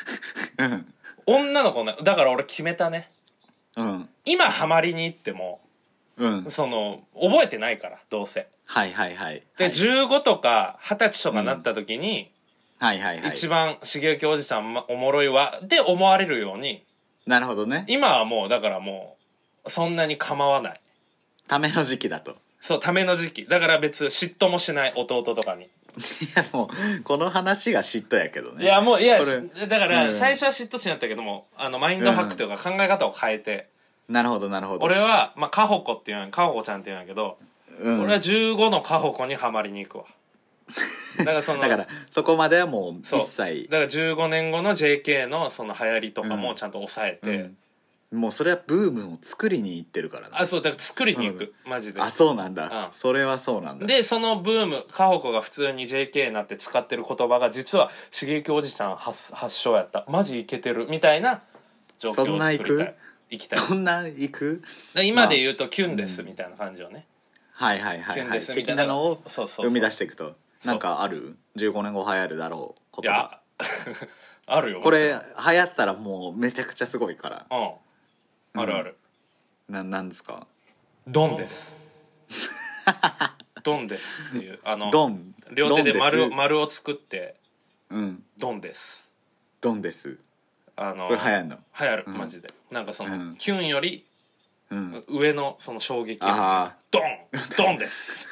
女の子なだから俺決めたね、うん、今ハマりに行っても、うん、その覚えてないからどうせ。はいはいはい。で、はい、じゅうごとかはたちとかなった時に、うん、はいはいはい、一番茂之おじさんおもろいわって思われるように。なるほどね。今はもうだからもうそんなに構わない。 ための時期だと。 そう、ための時期だから別に嫉妬もしない弟とかに。いやもうこの話が嫉妬やけどね。 いやもういやだから最初は嫉妬しなったけども、あのマインドハックというか考え方を変えて、 うん、なるほどなるほど。 俺はまあカホコっていうのカホコちゃんっていうんやけど、うん、俺はじゅうごのカホコにはまりに行くわ。 だからそのだからそこまではもう一切だからじゅうごねんごの ジェーケー のその流行りとかもちゃんと抑えて、うんうん、もうそれはブームを作りに行ってるからな。 あ、そうだから作りに行くマジで。 あ、そうなんだ、うん、それはそうなんだ。 でそのブームカホコが普通に ジェーケー になって使ってる言葉が実は茂之おじさん 発, 発祥やった、マジイケてるみたいな状況を作りたい。 行きたい。そんな行く今で言うとキュンですみたいな感じをね、 うん、はいはいはいはい、キュンですみたいなのを生み出していくと。なんかあるじゅうごねんご流行るだろう言葉。いやあるよこれ流行ったらもうめちゃくちゃすごいから。 うん、あるある。 な、なんですか。 ドンですドンですっていうあのドン両手で 丸, 丸を作って、うん、ドンですドンです。あのこれ流行るの。 流行る、うん、マジで。なんかその、うん、キュンより、うん、上のその衝撃をドンドンです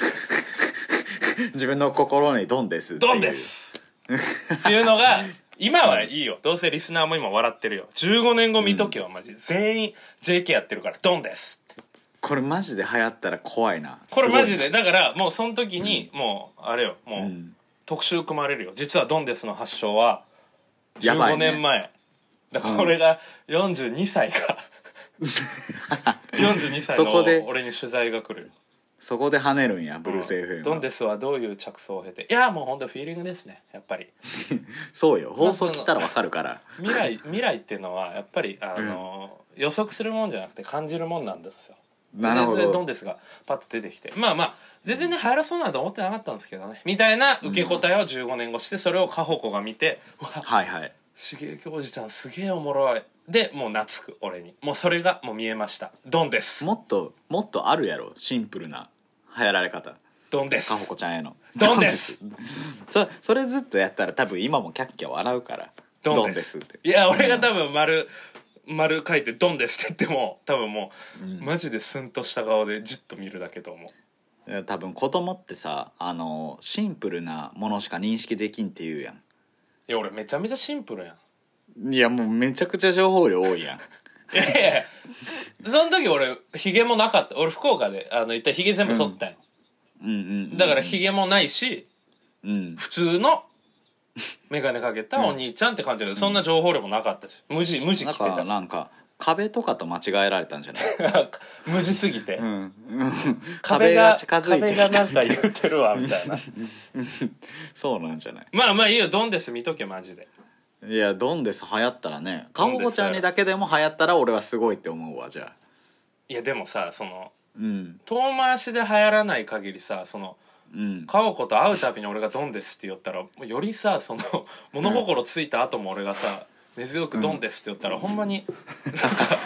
自分の心にドンですドンですっていうのが今はいいよ、どうせリスナーも今笑ってるよ。じゅうごねんご見とけよ、マジで全員 ジェーケー やってるからドンですって。 これマジで流行ったら怖いな。 これマジでだからもうその時に、うん、もうあれよもう、うん、特集組まれるよ。実はドンですの発祥はじゅうごねんまえ、ね、だからこれがよんじゅうにさいか、うん、よんじゅうにさいの俺に取材が来るよ。 そこで跳ねるんや、ブルース エフエム、うん、 ドンデスはどういう着想を経て。いやもうほんとフィーリングですねやっぱりそうよ、放送来たら分かるから未来未来っていうのはやっぱりあの、うん、予測するもんじゃなくて感じるもんなんですよ。なるほど。ドンデスがパッと出てきて、まあまあ全然ね流行らそうなんて思ってなかったんですけどねみたいな受け答えをじゅうごねんごして、それをカホコが見て、うん、はいはい、茂之おじちゃんすげえおもろいでもう懐く俺に。もうそれがもう見えました。ドンです。 もっともっとあるやろシンプルな流行られ方。 ドンです。 かほこちゃんへのドンですそ, それずっとやったら多分今もキャッキャ笑うからドンですって。いや俺が多分丸丸書いてドンですって言っても多分もう、うん、マジでスンとした顔でじっと見るだけと思う。いや多分子供ってさあのシンプルなものしか認識できんって言うやん。いや俺めちゃめちゃシンプルやん。 いやもうめちゃくちゃ情報量多いやんいやいやその時俺ヒゲもなかった。俺福岡であの一体ヒゲ全部剃ったんよ、うんうんうんうん、だからヒゲもないし、うん、普通のメガネかけたお兄ちゃんって感じで、うん、そんな情報量もなかったし無地無地着てたし、 なんか壁とかと間違えられたんじゃない無地すぎて、うん、壁が近づいてきた、壁がなんか言うてるわみたいなそうなんじゃない。 まあまあいいよドンデス見とけマジで。 いやドンデス流行ったらね、かほこちゃんにだけでも流行ったら俺はすごいって思うわ。じゃあいやでもさその、うん、遠回しで流行らない限りさそのうん、かほこと会うたびに俺がドンですって言ったらよりさその物心ついた後も俺がさ根強くドンですって言ったら、うん、ほんまになんか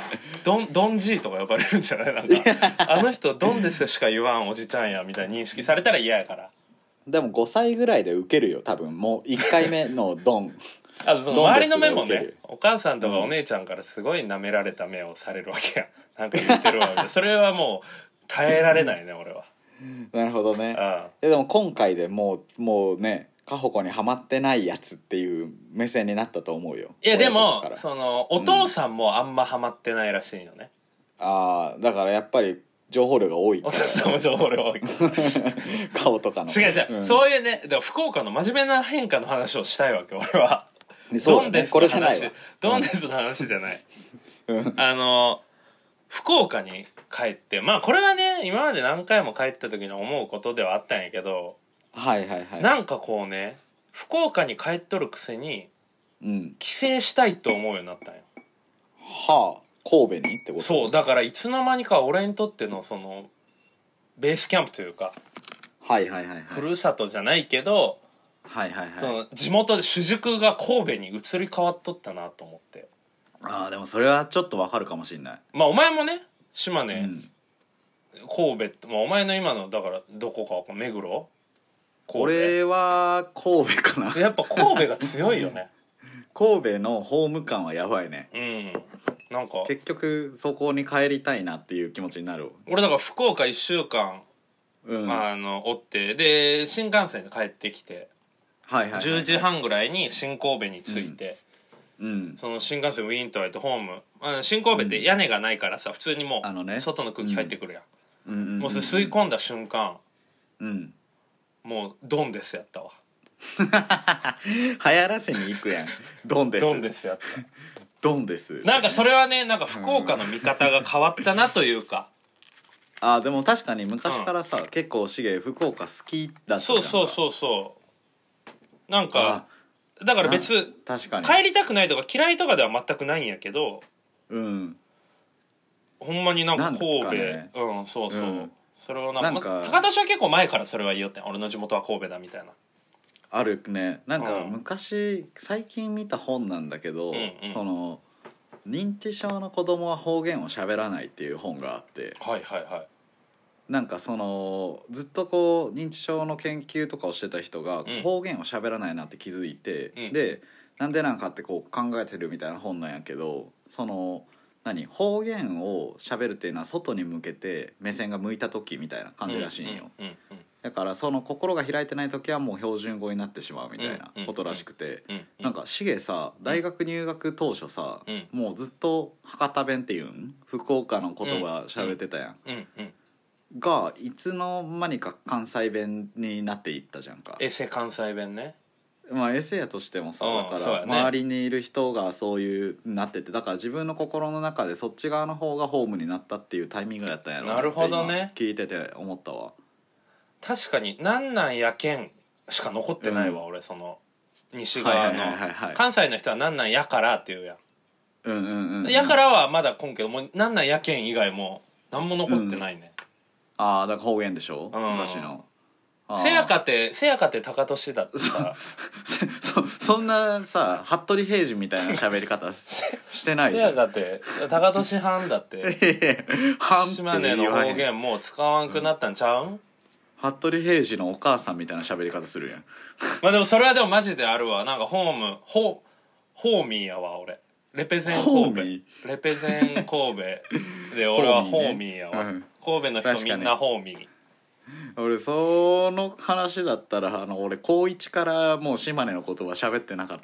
ドンドンジーとか呼ばれるんじゃない？なんかあの人ドンですしか言わんおじちゃんやみたいに認識されたら嫌やから。 でもごさいぐらいでウケるよ多分。もういっかいめのドンあとその周りの目もね、お母さんとかお姉ちゃんからすごい舐められた目をされるわけや。なんか言ってるわみたいな。それはもう耐えられないね俺は。 なるほどね。でも今回でもうもうねカホコにハマってないやつっていう目線になったと思うよ。 いやでもそのお父さんもあんまハマってないらしいよね、 うん、ああだからやっぱり情報量が多い。 お父さんも情報量多い顔とかの違う違う、うん、そういうね。でも福岡の真面目な変化の話をしたいわけ俺は。 そうだね、ドンデスの話、これじゃないわ。 ドンデスの話じゃない、うん、あの福岡に帰ってまあこれはね今まで何回も帰った時に思うことではあったんやけど、 はいはいはい、 なんかこうね福岡に帰っとるくせに、うん、帰省したいと思うようになったんよ。 はあ神戸にってこと？ そうだからいつの間にか俺にとってのそのベースキャンプというか、 はいはいはい、はい、 ふるさとじゃないけど、 はいはいはい、 その地元主塾が神戸に移り変わっとったなと思って。 ああでもそれはちょっとわかるかもしれない。 まあお前もね島根、うん、神戸って、まあ、お前の今のだからどこかわかんない目黒俺は神戸かな。 やっぱ神戸が強いよね神戸のホーム感はやばいね。 うんなんか結局そこに帰りたいなっていう気持ちになる。 俺だから福岡いっしゅうかん、うん、あのおってで新幹線で帰ってきて、はいはいはいはい、じゅうじはんぐらいに新神戸に着いて、うんうん、その新幹線ウィーンと入ってホームあ新神戸って屋根がないからさ、うん、普通にもう、ね、外の空気入ってくるやん、うんうんうんうん、もう吸い込んだ瞬間、うん、もうドンですやったわ流行らせに行くやん。ドンですドンですやったドンですなんかそれはねなんか福岡の見方が変わったなというか、 うん、あでも確かに昔からさ、うん、結構シゲ福岡好きだったじゃんか。 そうそうそうそうなんかだから別確かに帰りたくないとか嫌いとかでは全くないんやけど、うんほんまになんか神戸、ね、うんそうそう、うん、それをななんか高田は結構前からそれは言いよって俺の地元は神戸だみたいなあるね。なんか昔、うん、最近見た本なんだけど、うんうん、その認知症の子供は方言を喋らないっていう本があって、はいはいはい、なんかそのずっとこう認知症の研究とかをしてた人が方言を喋らないなって気づいて、うん、でなんでなんかってこう考えてるみたいな本なんやけど、その何方言を喋るっていうのは外に向けて目線が向いた時みたいな感じらしいんよ、うんうんうんうん、だからその心が開いてない時はもう標準語になってしまうみたいなことらしくて、うんうんうん、なんかシゲさ大学入学当初さ、うん、もうずっと博多弁っていうん福岡の言葉喋ってたやん、うんうんうんうん、がいつの間にか関西弁になっていったじゃんか。 エセ関西弁ね。 まあエセやとしてもさ、だから周りにいる人がそういうなってて、だから自分の心の中でそっち側の方がホームになったっていうタイミングだったんやろうな。 なるほどね。 聞いてて思ったわ。 確かになんなんやけんしか残ってないわ、うん、俺その西側の関西の人はなんなんやからって言うやん。うんうんうん、うん、やからはまだ来んけどもうなんなんやけん以外も何も残ってないね、 うん、ああだから方言でしょ、うん、私のせやかてせやかて高俊だってさそ, そ, そんなさ服部平次みたいな喋り方してないじゃん。 せやかて高俊藩だって島根の方言もう使わんくなったんちゃうん、 服部平次のお母さんみたいな喋り方するやん。 まあでもそれはでもマジであるわ。なんかホームホホーミーやわ俺。レペゼン神戸レペゼン神戸で俺はホーミーやわ、ね、神戸の人みんなホーミー。 俺その話だったらあの俺高一からもう島根の言葉喋ってなかった。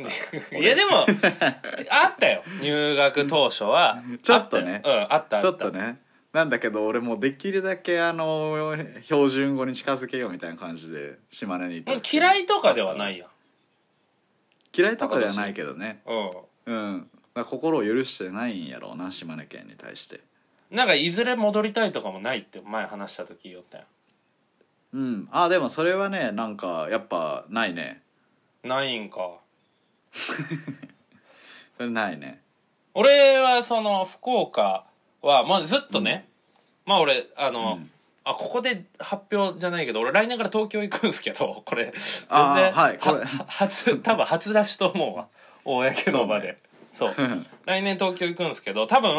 いやでもあったよ入学当初はちょっとね、 うんあったあったちょっとねなんだけど俺もうできるだけあの標準語に近づけようみたいな感じで島根に行った。 嫌いとかではないやん。 嫌いとかではないけどね。うん、うん、心を許してないんやろうな島根県に対して。 なんかいずれ戻りたいとかもないって前話した時言ったやん。 うん、あでもそれはねなんかやっぱないね。 ないんかそれないね。 俺はその福岡はまあずっとね、うん、まあ俺あの、うん、あここで発表じゃないけど俺来年から東京行くんすけどこれ全然はいこれ初多分初出しと思うわ公の場でそう、ね、そう来年東京行くんすけど多分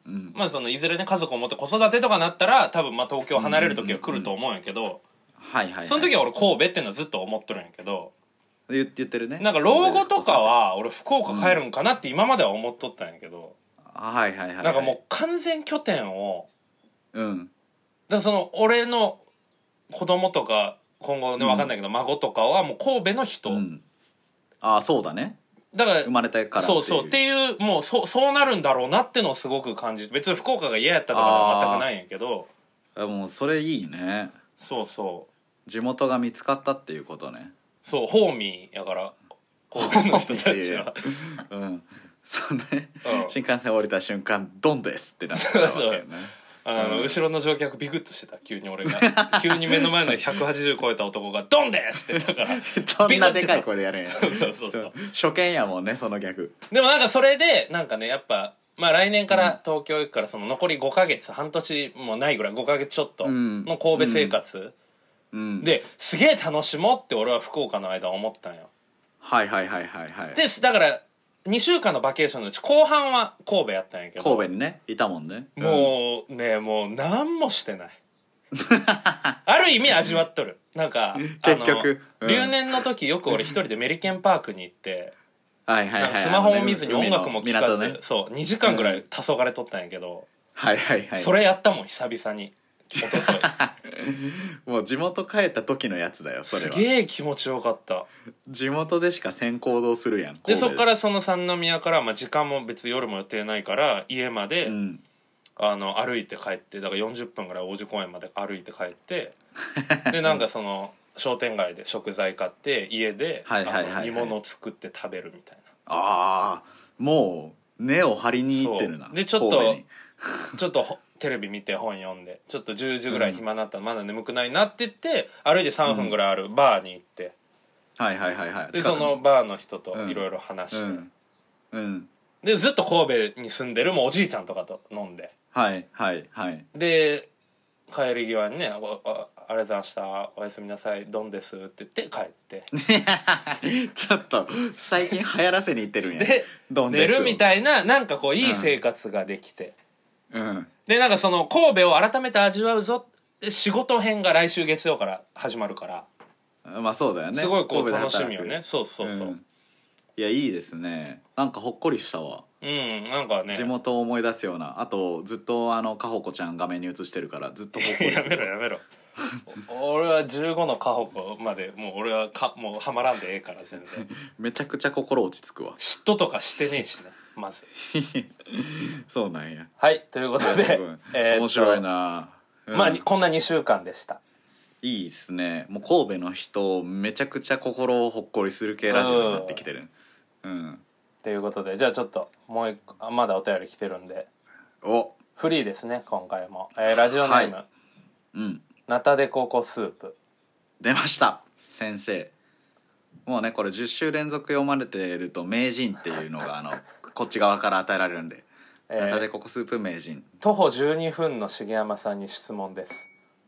うん、まあそのいずれね家族を持って子育てとかなったら多分まあ東京離れる時は来ると思うんやけど、その時は俺神戸っていうのはずっと思っとるんやけど、 言ってるね。 なんか老後とかは俺福岡帰るんかなって今までは思っとったんやけど、 うん、はいはいはい、はい、 なんかもう完全拠点を、 うん、 だからその俺の子供とか今後ね分かんないけど、うん、孫とかはもう神戸の人、うん、 ああそうだね、 だから生まれたからそうそうっていうもうそそうなるんだろうなってのをすごく感じて、別に福岡が嫌やったとかは全くないんやけど、 もうそれいいね。 そうそう地元が見つかったっていうことね。 そうホーミーやから神戸の人たちはうんそうね、うん、新幹線降りた瞬間ドンですってなったわけよね。 あの、うん、後ろの乗客ビクッとしてた、急に俺が急に目の前のひゃくはちじゅう超えた男がドンですって言ったからどんなでかい声でやるんや。 そうそうそうそう初見やもんねその逆。 でもなんかそれでなんかねやっぱまあ来年から東京行くからその残りごかげつ半年もないぐらいごかげつちょっとの神戸生活、うんうん、ですげえ楽しもうって俺は福岡の間思ったんよ。 はいはいはいはいはい。 でだからにしゅうかんのバケーションのうち後半は神戸やったんやけど、 神戸にねいたもんね、 もうねもう何もしてないある意味味わっとる。なんか結局、 うん、留年の時よく俺一人でメリケンパークに行ってはいはいはい、 スマホも見ずに音楽も聴かず、 ね、 そうにじかんぐらい黄昏れとったんやけど、うん、 はいはいはい、 それやったもん久々に一昨日もう地元帰った時のやつだよそれは。 すげえ気持ちよかった。 地元でしかせん行動するやん。 でそっからその三宮から、まあ、時間も別に夜も予定ないから家まで、うん、あの歩いて帰って、だからよんじゅっぷんぐらい王子公園まで歩いて帰ってでなんかその商店街で食材買って家で煮物を作って食べるみたいな。 ああもう根を張りに行ってるな。 でちょっとちょっとテレビ見て本読んでちょっとじゅうじぐらい暇になったらまだ眠くないなって言って歩いてさんぷんぐらいあるバーに行って、 うん、はいはいはいはいでそのバーの人といろいろ話して、うんうんうん、でずっと神戸に住んでるもうおじいちゃんとかと飲んで、 はいはいはいで帰り際にね「ああありがとうございましたおやすみなさいドンです」って言って帰ってちょっと最近流行らせに行ってるんやでドンです寝るみたいななんかこういい生活ができて、うん、でなんかその神戸を改めて味わうぞって仕事編が来週月曜から始まるから、 まあそうだよね、 すごいこう楽しみよね。そうそうそう、うん、 いやいいですね。なんかほっこりしたわ。 うんなんかね地元を思い出すような。あとずっとあのかほこちゃん画面に映してるからずっとほっこりするやめろやめろ俺はじゅうごのかほこまでもう俺はかもうハマらんでええから全然めちゃくちゃ心落ち着くわ。 嫉妬とかしてねえしねまずそうなんや。 はいということで、 えー、面白いな、 うん、まあこんなにしゅうかんでした。 いいっすね。もう神戸の人めちゃくちゃ心をほっこりする系ラジオになってきてる。うん、うんということでじゃあちょっともう一個まだお便り来てるんでおフリーですね今回も、えー、ラジオネーム、はい、うんナタデココスープ出ました先生。もうねこれじゅっ週連続読まれてると名人っていうのがあのこっち側から与えられるんで、えー、ナタデココスープ名人。 徒歩じゅうにふんの重山さんに質問です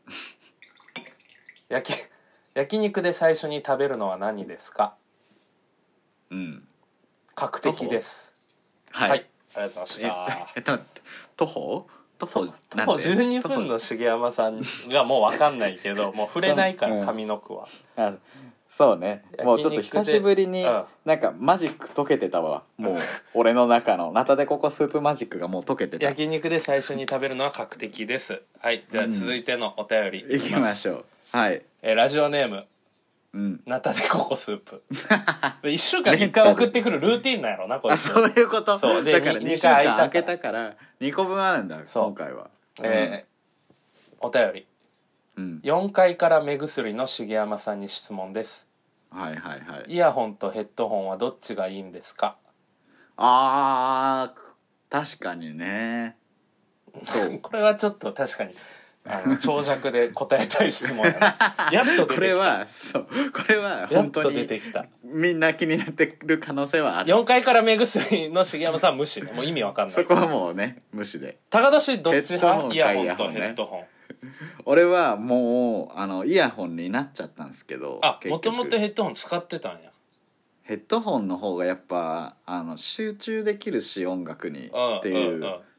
焼き焼肉で最初に食べるのは何ですか？うん確定です。はい、はい、ありがとうございました。 えっと徒歩徒歩徒歩じゅうにふんの重山さんがもう分かんないけどもう触れないから上の句は、 うん、あそうねもうちょっと久しぶりになんかマジック解けてたわ、うん、もう俺の中のナタデココスープマジックがもう解けてた。 焼肉で最初に食べるのは確定です。はいじゃあ続いてのお便りいきます、うん、いきましょう。はい、えー、ラジオネームうん、ナタデココスープいっしゅうかんにいっかい送ってくるルーティンなんやろなこれ。 あそういうこと。そうでだからにしゅうかん空けたからにこぶんあるんだ今回は、 えー、お便り、うん、よんかいから目薬の重山さんに質問です。 はいはいはい。 イヤホンとヘッドホンはどっちがいいんですか？ あー確かにねこれはちょっと確かにあの長尺で答えたい質問やなやっと出てきた。 これはそうこれは本当にやっと出てきた。 みんな気になってる可能性はある。 よんかいから目薬の重山さんは無視ね。もう意味わかんない。 そこはもうね無視で。 高年どっち派？イヤホンとヘッドホン。 俺はもうあのイヤホンになっちゃったんですけど。 あもともとヘッドホン使ってたんや。 ヘッドホンの方がやっぱあの集中できるし音楽にっていう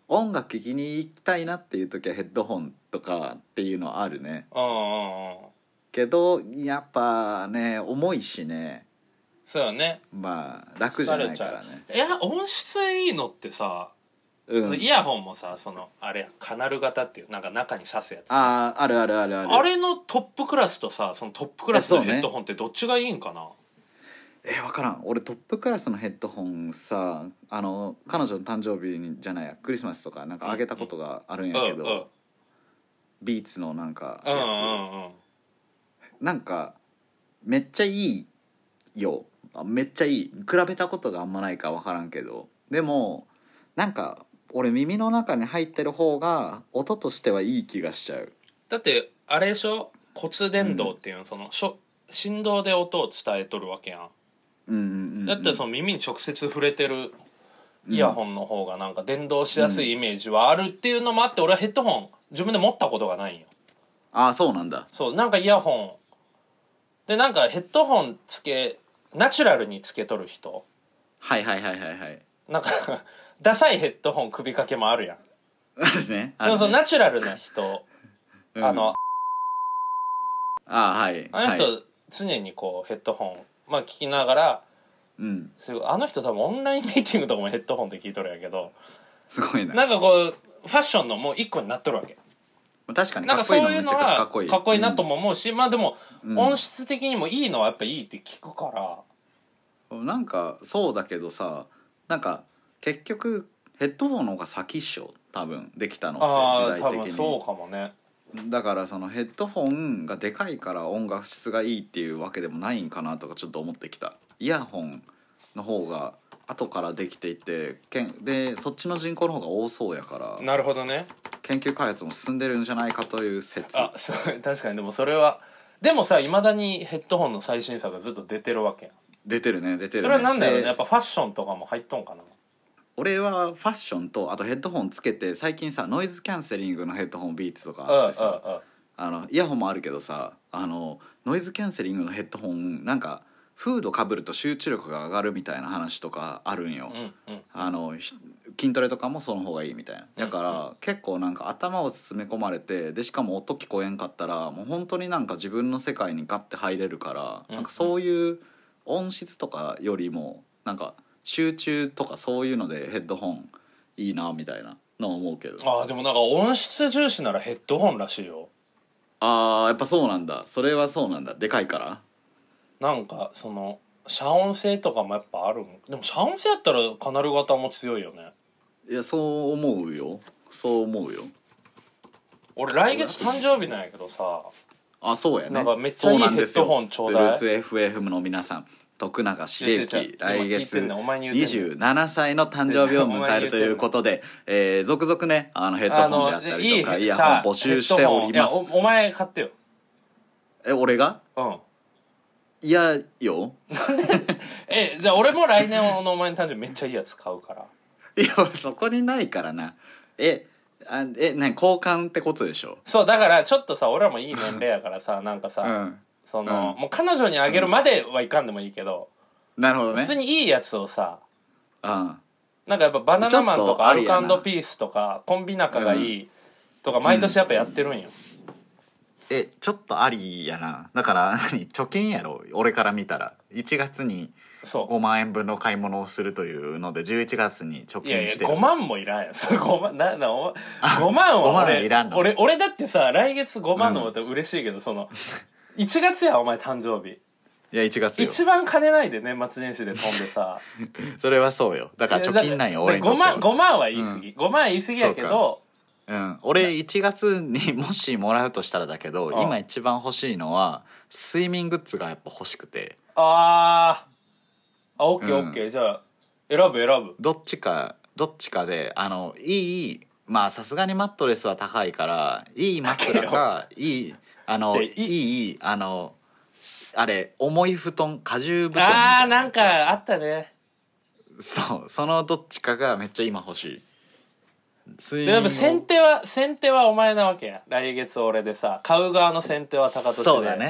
音楽聴きに行きたいなっていう時はヘッドホンとかっていうのはあるね。 うんうんうん。 けどやっぱね重いしね。 そうよね。 まあ楽じゃないからね。 いや音質いいのってさ、うん、イヤホンもさそのあれカナル型っていうなんか中に挿すやつ。 あああるあるあるある。 あれのトップクラスとさそのトップクラスのヘッドホンってどっちがいいんかな。 えー、分からん。俺トップクラスのヘッドホンさあの彼女の誕生日にじゃないやクリスマスとかなんかあげたことがあるんやけど、うんうん、ビーツのなんかやつ、うんうんうん、なんかめっちゃいいよ。めっちゃいい。比べたことがあんまないか分からんけど、でもなんか俺耳の中に入ってる方が音としてはいい気がしちゃう。 だってあれでしょ骨伝導っていうの、うん、そのしょ振動で音を伝えとるわけやん。うんうんうんうん、だったらその耳に直接触れてるイヤホンの方がなんか伝導しやすいイメージはあるっていうのもあって、俺はヘッドホン自分で持ったことがないんよ。 ああそうなんだ。 そうなんかイヤホンでなんかヘッドホンつけナチュラルにつけとる人、 はいはいはいはいはい、 なんかダサいヘッドホン首掛けもあるやん。 あるね。 でもそのナチュラルな人、うん、あのあはいあの人、はい、常にこうヘッドホンまあ聞きながら、 うん、 あの人多分オンラインミーティングとかもヘッドホンで聞いとるんやけど、 すごいな。 なんかこうファッションのもう一個になっとるわけ。 確かにかっこいいのめちゃくちゃかっこいい。 かっこいいなとも思うし、うん、まあでも、うん、音質的にもいいのはやっぱいいって聞くから。 なんかそうだけどさ、なんか結局ヘッドホンの方が先っしょ多分できたのって時代的に。 あ多分そうかもね。 だからそのヘッドホンがでかいから音楽質がいいっていうわけでもないんかなとかちょっと思ってきた。イヤホンの方が後からできていてけんでそっちの人口の方が多そうやから。 なるほどね。 研究開発も進んでるんじゃないかという説。 あそう確かに。でもそれはでもさいまだにヘッドホンの最新作がずっと出てるわけやん。 出てるね出てるね。 それはなんだろうね。やっぱファッションとかも入っとんかな。 俺はファッションとあとヘッドホンつけて最近さノイズキャンセリングのヘッドホンビーツとかあってさ、ああのイヤホンもあるけどさあのノイズキャンセリングのヘッドホンなんかフードかぶると集中力が上がるみたいな話とかあるんよ、うんうん、あの筋トレとかもその方がいいみたいな。だから、うんうん、結構なんか頭を詰め込まれてでしかも音聞こえんかったらもう本当になんか自分の世界にガッて入れるから、うんうん、なんかそういう音質とかよりもなんか集中とかそういうのでヘッドホンいいなみたいなの思うけど。 ああでもなんか音質重視ならヘッドホンらしいよ。 ああやっぱそうなんだ。それはそうなんだ。でかいからなんかその遮音性とかもやっぱあるん。でも遮音性やったらカナル型も強いよね。 いやそう思うよそう思うよ。 俺来月誕生日なんやけどさ。 あそうやね。 なんかめっちゃいいヘッドホンちょうだい。 ブルース エフエフ の皆さん徳永茂之来月にじゅうななさいの誕生日を迎えるということで、えー、続々ねあのヘッドホンであったりとかイヤホン募集しております。 いや お, お前買ってよ。 え俺がうんいやよえじゃあ俺も来年のお前の誕生日めっちゃいいやつ買うから。 いやそこにないからな。えあえ何交換ってことでしょ。 そうだからちょっとさ俺らもいい年齢やからさなんかさ、うんそのうん、もう彼女にあげるまではいかんでもいいけど、 うん、なるほどね。 普通にいいやつをさ、 うん、 なんかやっぱバナナマンとかアルカンドピースとかコンビ仲がいいとか毎年やっぱやってるんよ、 うん、えちょっとありやな。だから何貯金やろ俺から見たらいちがつにごまんえんぶんの買い物をするというのでじゅういちがつに貯金してる。いやいやごまんもいらんやんごまんななおごまんは俺ごまんいらんの。 俺, 俺だってさ来月ごまんのも嬉しいけど、うん、そのいちがつやお前誕生日。 いやいちがつよ。 一番金ないで年末年始で飛んでさそれはそうよ。だから貯金ないよ俺にとっては。 ごまんは言い過ぎ、うん、ごまんは言い過ぎやけどう、うん、俺いちがつにもしもらうとしたらだけど今一番欲しいのは睡眠グッズがやっぱ欲しくて。 あーあオッケーオッケー、じゃあ選ぶ選ぶ。 どっちかどっちかであのいいまあさすがにマットレスは高いからいい枕かいいあのいいあのあれ重い布団荷重布団みたいな。 あーなんかあったね。 そうそのどっちかがめっちゃ今欲しい。 でも先手は先手はお前なわけや。来月俺でさ買う側の先手は高俊で。 そうだね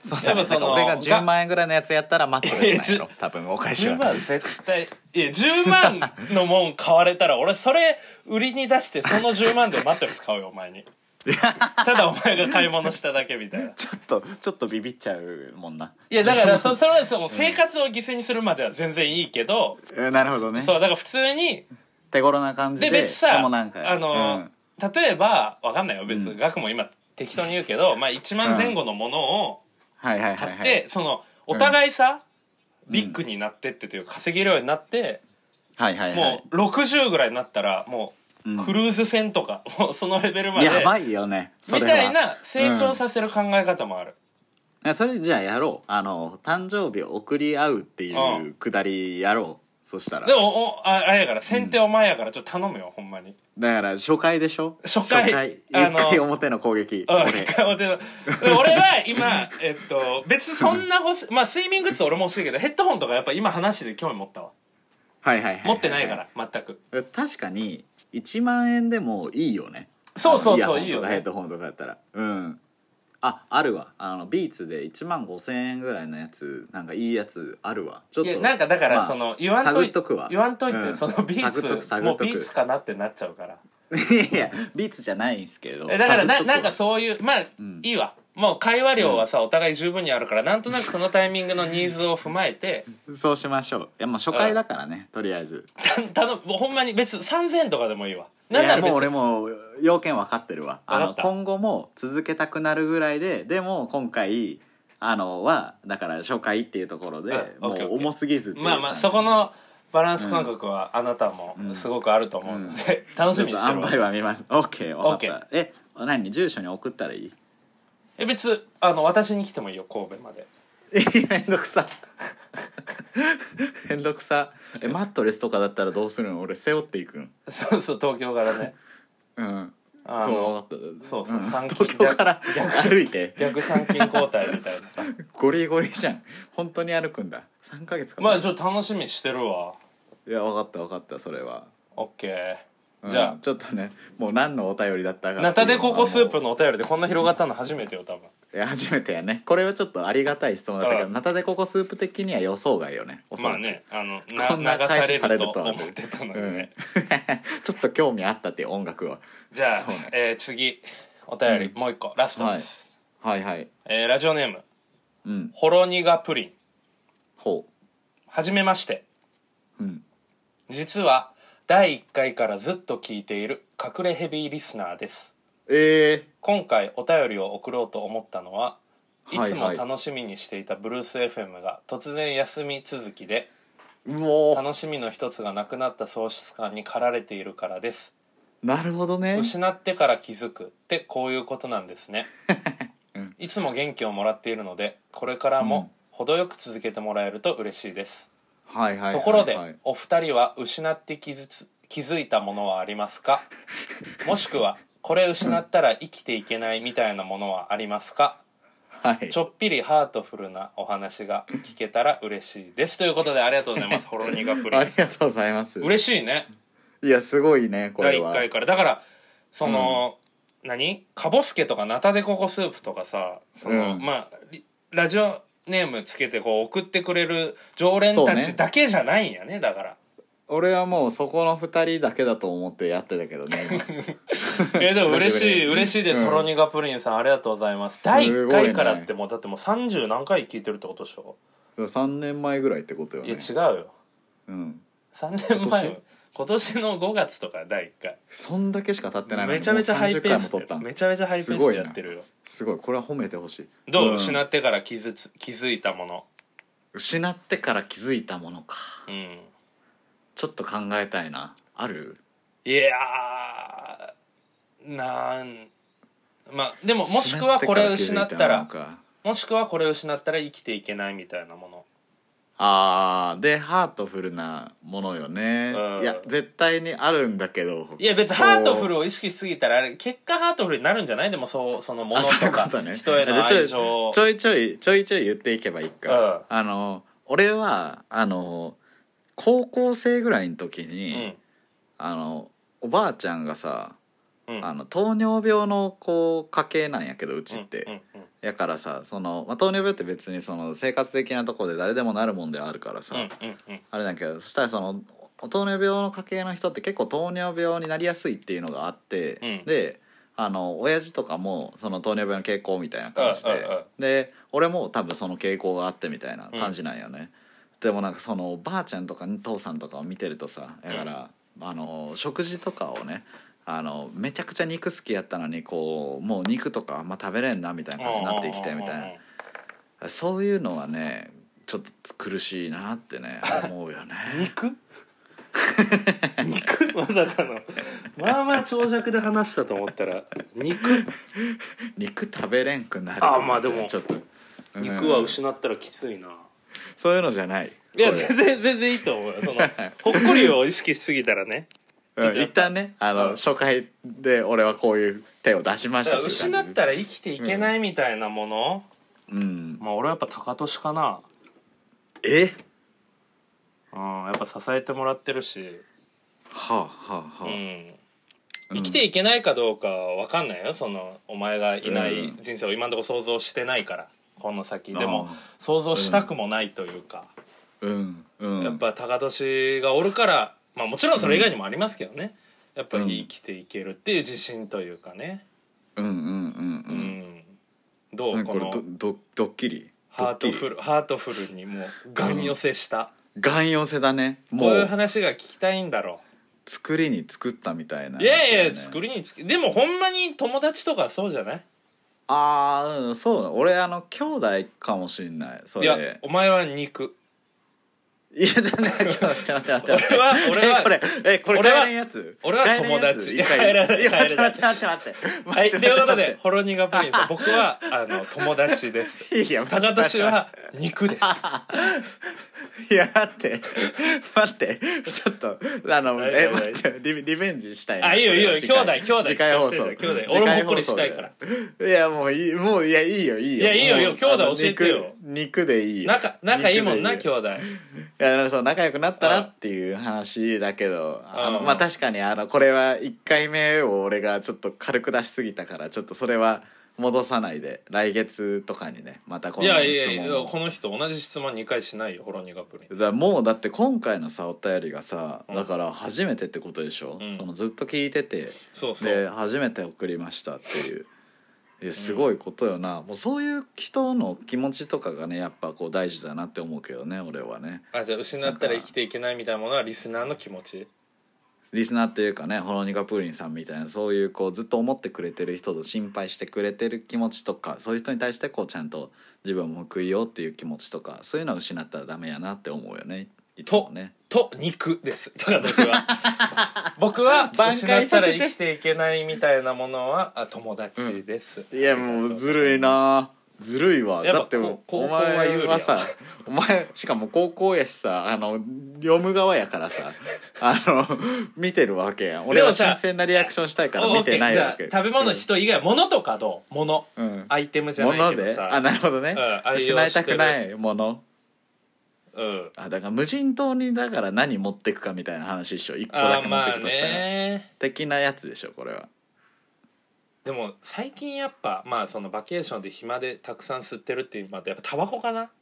そうだね、なんか俺がじゅうまん円ぐらいのやつやったらマットレスなんやろ多分お返しは。 じゅうまん絶対いやじゅうまんのもん買われたら俺それ売りに出してそのじゅうまんでマットレス買うよお前に。ただお前が買い物しただけみたいな。 ちょっとちょっとビビっちゃうもんな。 いやだからそそれはその生活を犠牲にするまでは全然いいけど、 うん、なるほどね。 そうだから普通に手頃な感じで。 で別さもなんかあの、うん、例えばわかんないよ別に、うん、額も今適当に言うけど、まあ、いちまんぜん後のものを買ってそのお互いさ、うん、ビッグになってってという稼げるようになって、はいはいはい、もうろくじゅうぐらいになったらもうクルーズ船とか、うん、もうそのレベルまでやばいよねみたいな成長させる考え方もある、 うん、それじゃあやろう。あの誕生日を送り合うっていうくだりやろう。そしたらでもおああれやから先手お前やからちょっと頼むよ、うん、ほんまに。 だから初回でしょ。 初回初回いっかい表の攻撃。 うん、いっかい表の俺は今えっと別にそんな欲しいまあ睡眠グッズ俺も欲しいけどヘッドホンとかやっぱ今話で興味持ったわ。 はいはいはい、はい、 持ってないから全く。 確かにいちまん円でもいいよね。 そうそうそういいよね。 ヘッドホンとかやったらうんあ、あるわ。あのビーツでいちまんごせん円ぐらいのやつなんかいいやつあるわ。ちょっといやなんかだから、まあ、その言わんといとくわ言わんといて、うん、そのビーツもうビーツかなってなっちゃうからいやビーツじゃないんすけどだから な, なんかそういうまあ、うん、いいわもう会話量はさ、うん、お互い十分にあるからなんとなくそのタイミングのニーズを踏まえてそうしましょう。いやもう初回だからね、うん、とりあえずたのほんまに別にさんぜんえんとかでもいいわ。 なんなら別にもう俺も要件分かってるわ。あの今後も続けたくなるぐらいででも今回あのはだから初回っていうところでもう重すぎずっていうまあまあそこのバランス感覚はあなたもすごくあると思うので、うん、楽しみにしてるわ。 塩梅は見ます。 OK 分かった、okay. え何住所に送ったらいい？ え別あの私に来てもいいよ神戸まで。 めんどくさめんどくさえマットレスとかだったらどうするの？俺背負っていくん？ そうそう東京からねうんそう分かった。 そうそう、うん、 東京から歩いて逆参勤交代みたいなさゴリゴリじゃん。本当に歩くんだ。さんかげつかまあちょっと楽しみしてるわ。 いや分かった分かったそれは OK、 うん、じゃあちょっとねもう何のお便りだったかナタデココスープのお便りでこんな広がったの初めてよ多分。 いや初めてやね。これはちょっとありがたい質問だったけどナタデココスープ的には予想外よね。 まあねあのな流されると思ってたのでね、 うん、ちょっと興味あったっていう音楽は。 じゃあ、ねえー、次お便り、うん、もう一個ラストです、 はい、はいはいえー、ラジオネーム、 うん、 ホロニガプリン。 ほうはじめまして、 うん、 実はだいいっかいからずっと聞いている隠れヘビーリスナーです。 えー、 今回お便りを送ろうと思ったのはいつも楽しみにしていたブルース エフエム が突然休み続きで楽しみの一つがなくなった喪失感に駆られているからです。 なるほどね。 失ってから気づくってこういうことなんですね、うん、いつも元気をもらっているのでこれからも程よく続けてもらえると嬉しいです、 うん、はいはいはいはい、 ところでお二人は失って気づ気づいたものはありますか？もしくはこれ失ったら生きていけないみたいなものはありますか？はい、ちょっぴりハートフルなお話が聞けたら嬉しいですということでありがとうございますホロニガプリン。 ありがとうございます。 嬉しいね。 いやすごいねこれは。 だいいっかいからだからその、うん、何カボスケとかナタデココスープとかさその、うん、まあラジオネームつけてこう送ってくれる常連たちだけじゃないんやね。だから俺はもうそこのふたりだけだと思ってやってたけどねえでも嬉しい嬉しいです、うん、ホロニガプリンさんありがとうございます。だいいっかいからってもうだってもうさんじゅう何回聞いてるってことでしょ。 さんねんまえぐらいってことよね。 いや違うよ、 うん、 さんねんまえ今年のごがつとかだいいっかい。 そんだけしか経ってないのにめちゃめちゃハイペースでめちゃめちゃハイペースでやってるよ。 すごいこれは褒めてほしい。 どう、うん、失ってから気づ気づいたもの。 失ってから気づいたものか、 うんちょっと考えたいな。ある？ いやーなんまあでももしくはこれを失ったらもしくはこれを失ったら生きていけないみたいなもの。 あーでハートフルなものよね、うん、いや絶対にあるんだけどいや別にハートフルを意識しすぎたらあれ結果ハートフルになるんじゃない？でもそうそのものとかうう、ね、人への愛情ちょいちょいちょいちょい言っていけばいいか、うん、あの俺はあの高校生ぐらいの時に、うん、あのおばあちゃんがさ、うん、あの糖尿病のこう家系なんやけどうちって、うんうんうんやからさその、まあ、糖尿病って別にその生活的なところで誰でもなるもんであるからさ、 うんうんうん、 あれだけどそしたらその糖尿病の家系の人って結構糖尿病になりやすいっていうのがあって、うん、であの親父とかもその糖尿病の傾向みたいな感じで、うんうんうん、で俺も多分その傾向があってみたいな感じなんよね、うん、でもなんかそのばあちゃんとか父さんとかを見てるとさだから、うん、あの食事とかをねあのめちゃくちゃ肉好きやったのにこうもう肉とかあんま食べれんなみたいな感じになってきてみたいなそういうのはねちょっと苦しいなってね思うよね肉肉まさかのまあまあ長尺で話したと思ったら肉肉食べれんくなるあまあでもちょっと、うん、肉は失ったらきついなそういうのじゃないいや全然全然いいと思うよそのほっこりを意識しすぎたらねうん、一旦ねあの、うん、初回で俺はこういう手を出しましたって失ったら生きていけないみたいなもの、うん、まあ俺はやっぱ高俊かなえうん、やっぱ支えてもらってるしはあはあはあ、うん、 生きていけないかどうかは分かんないよそのお前がいない人生を今のところ想像してないからこの先でも想像したくもないというか、 うんうん、 やっぱ高俊がおるからまあもちろんそれ以外にもありますけどね、うん、やっぱり生きていけるっていう自信というかねうんうんうんうん、うん、 どうこのドドドッキリハートフルハートフルにもうガン寄せした、 うん、ガン寄せだねもうこういう話が聞きたいんだろう作りに作ったみたいな、ね、 いやいや作りに作でもほんまに友達とかそうじゃないああうんそう俺あの兄弟かもしんないそれいやお前は肉いやじゃないちょっと待って待って待って俺は俺はえこれえこれ帰れんやつ俺は友達いや帰らない帰らない待って待って待って待ってはいということでホロニガプリンさん僕はあの友達ですいや高俊は肉ですいや待って待ってちょっとあのえ待ってリリベンジしたいあいいよいいよ兄弟兄弟次回放送兄弟俺もほっこりしたいからいやもういいもういやいいよいいよいやいいよいいよ兄弟教えてよ肉でいいよ仲仲いいもんな兄弟いやそう仲良くなったなっていう話だけどあのまあ確かにあのこれはいっかいめを俺がちょっと軽く出しすぎたからちょっとそれは戻さないで来月とかにねまたこの質問をいやいやいやこの人同じ質問にかいしないよホロニガプリンじゃもうだって今回のさお便りがさ、うん、だから初めてってことでしょ、うん、そのずっと聞いててそうそうで初めて送りましたっていういやすごいことよな、うん、もうそういう人の気持ちとかがねやっぱこう大事だなって思うけどね俺はねあじゃあ失ったら生きていけないみたいなものはリスナーの気持ちリスナーっていうかねホロニガプリンさんみたいなそういうこうずっと思ってくれてる人と心配してくれてる気持ちとかそういう人に対してこうちゃんと自分も報いようっていう気持ちとかそういうのを失ったらダメやなって思うよねいつもねと肉です私は僕は失ったら生きていけないみたいなものは友達です、 うん、いやもうずるいなずるいわだってお前はさお前しかも高校やしさあの読む側やからさあの見てるわけやん俺は新鮮なリアクションしたいから見てないわけじゃあ食べ物、うん、人以外物とかどう物、うん、アイテムじゃないけどさあなるほどね、うん、失いたくないものうん、 あだから無人島にだから何持ってくかみたいな話一緒いっこだけ持ってくとしたら、ね、的なやつでしょこれはでも最近やっぱまあそのバケーションで暇でたくさん吸ってるっていうのとやっぱタバコかない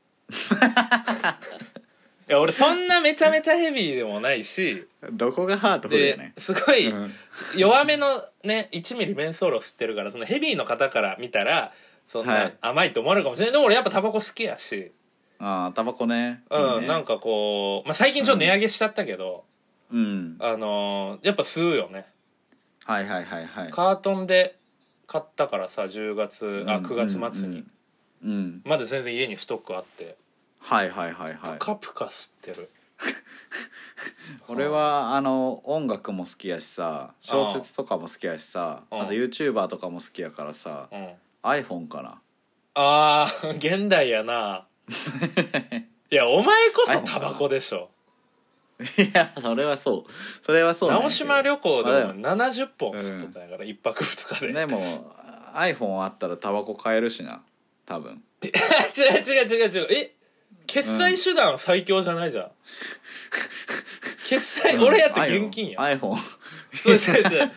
や俺そんなめちゃめちゃヘビーでもないしどこがハートフルやねすごい弱めのねいちミリメンソールを吸ってるからそのヘビーの方から見たらそんな甘いって思われるかもしれない、はい、でも俺やっぱタバコ好きやしあタバコねうんいいねなんかこう、まあ、最近ちょっと値上げしちゃったけど、 うん、 あのー、やっぱ吸うよねはいはいはいはいカートンで買ったからさじゅうがつあくがつ末に、 うんうんうん、 まだ全然家にストックあってはいはいはいはいプカプカ吸ってる俺はあの音楽も好きやしさ小説とかも好きやしさ あ, あと YouTuber とかも好きやからさ、うん、iPhone かなあー現代やないやお前こそタバコでしょいやそれはそうそれはそう直島旅行でもななじゅっぽん吸っとったんやからいっぱくふつかででも iPhone あったらタバコ買えるしな多分違う違う違う違うえ決済手段は最強じゃないじゃん、うん、決済、うん、俺やって現金や iPhone そう違う違う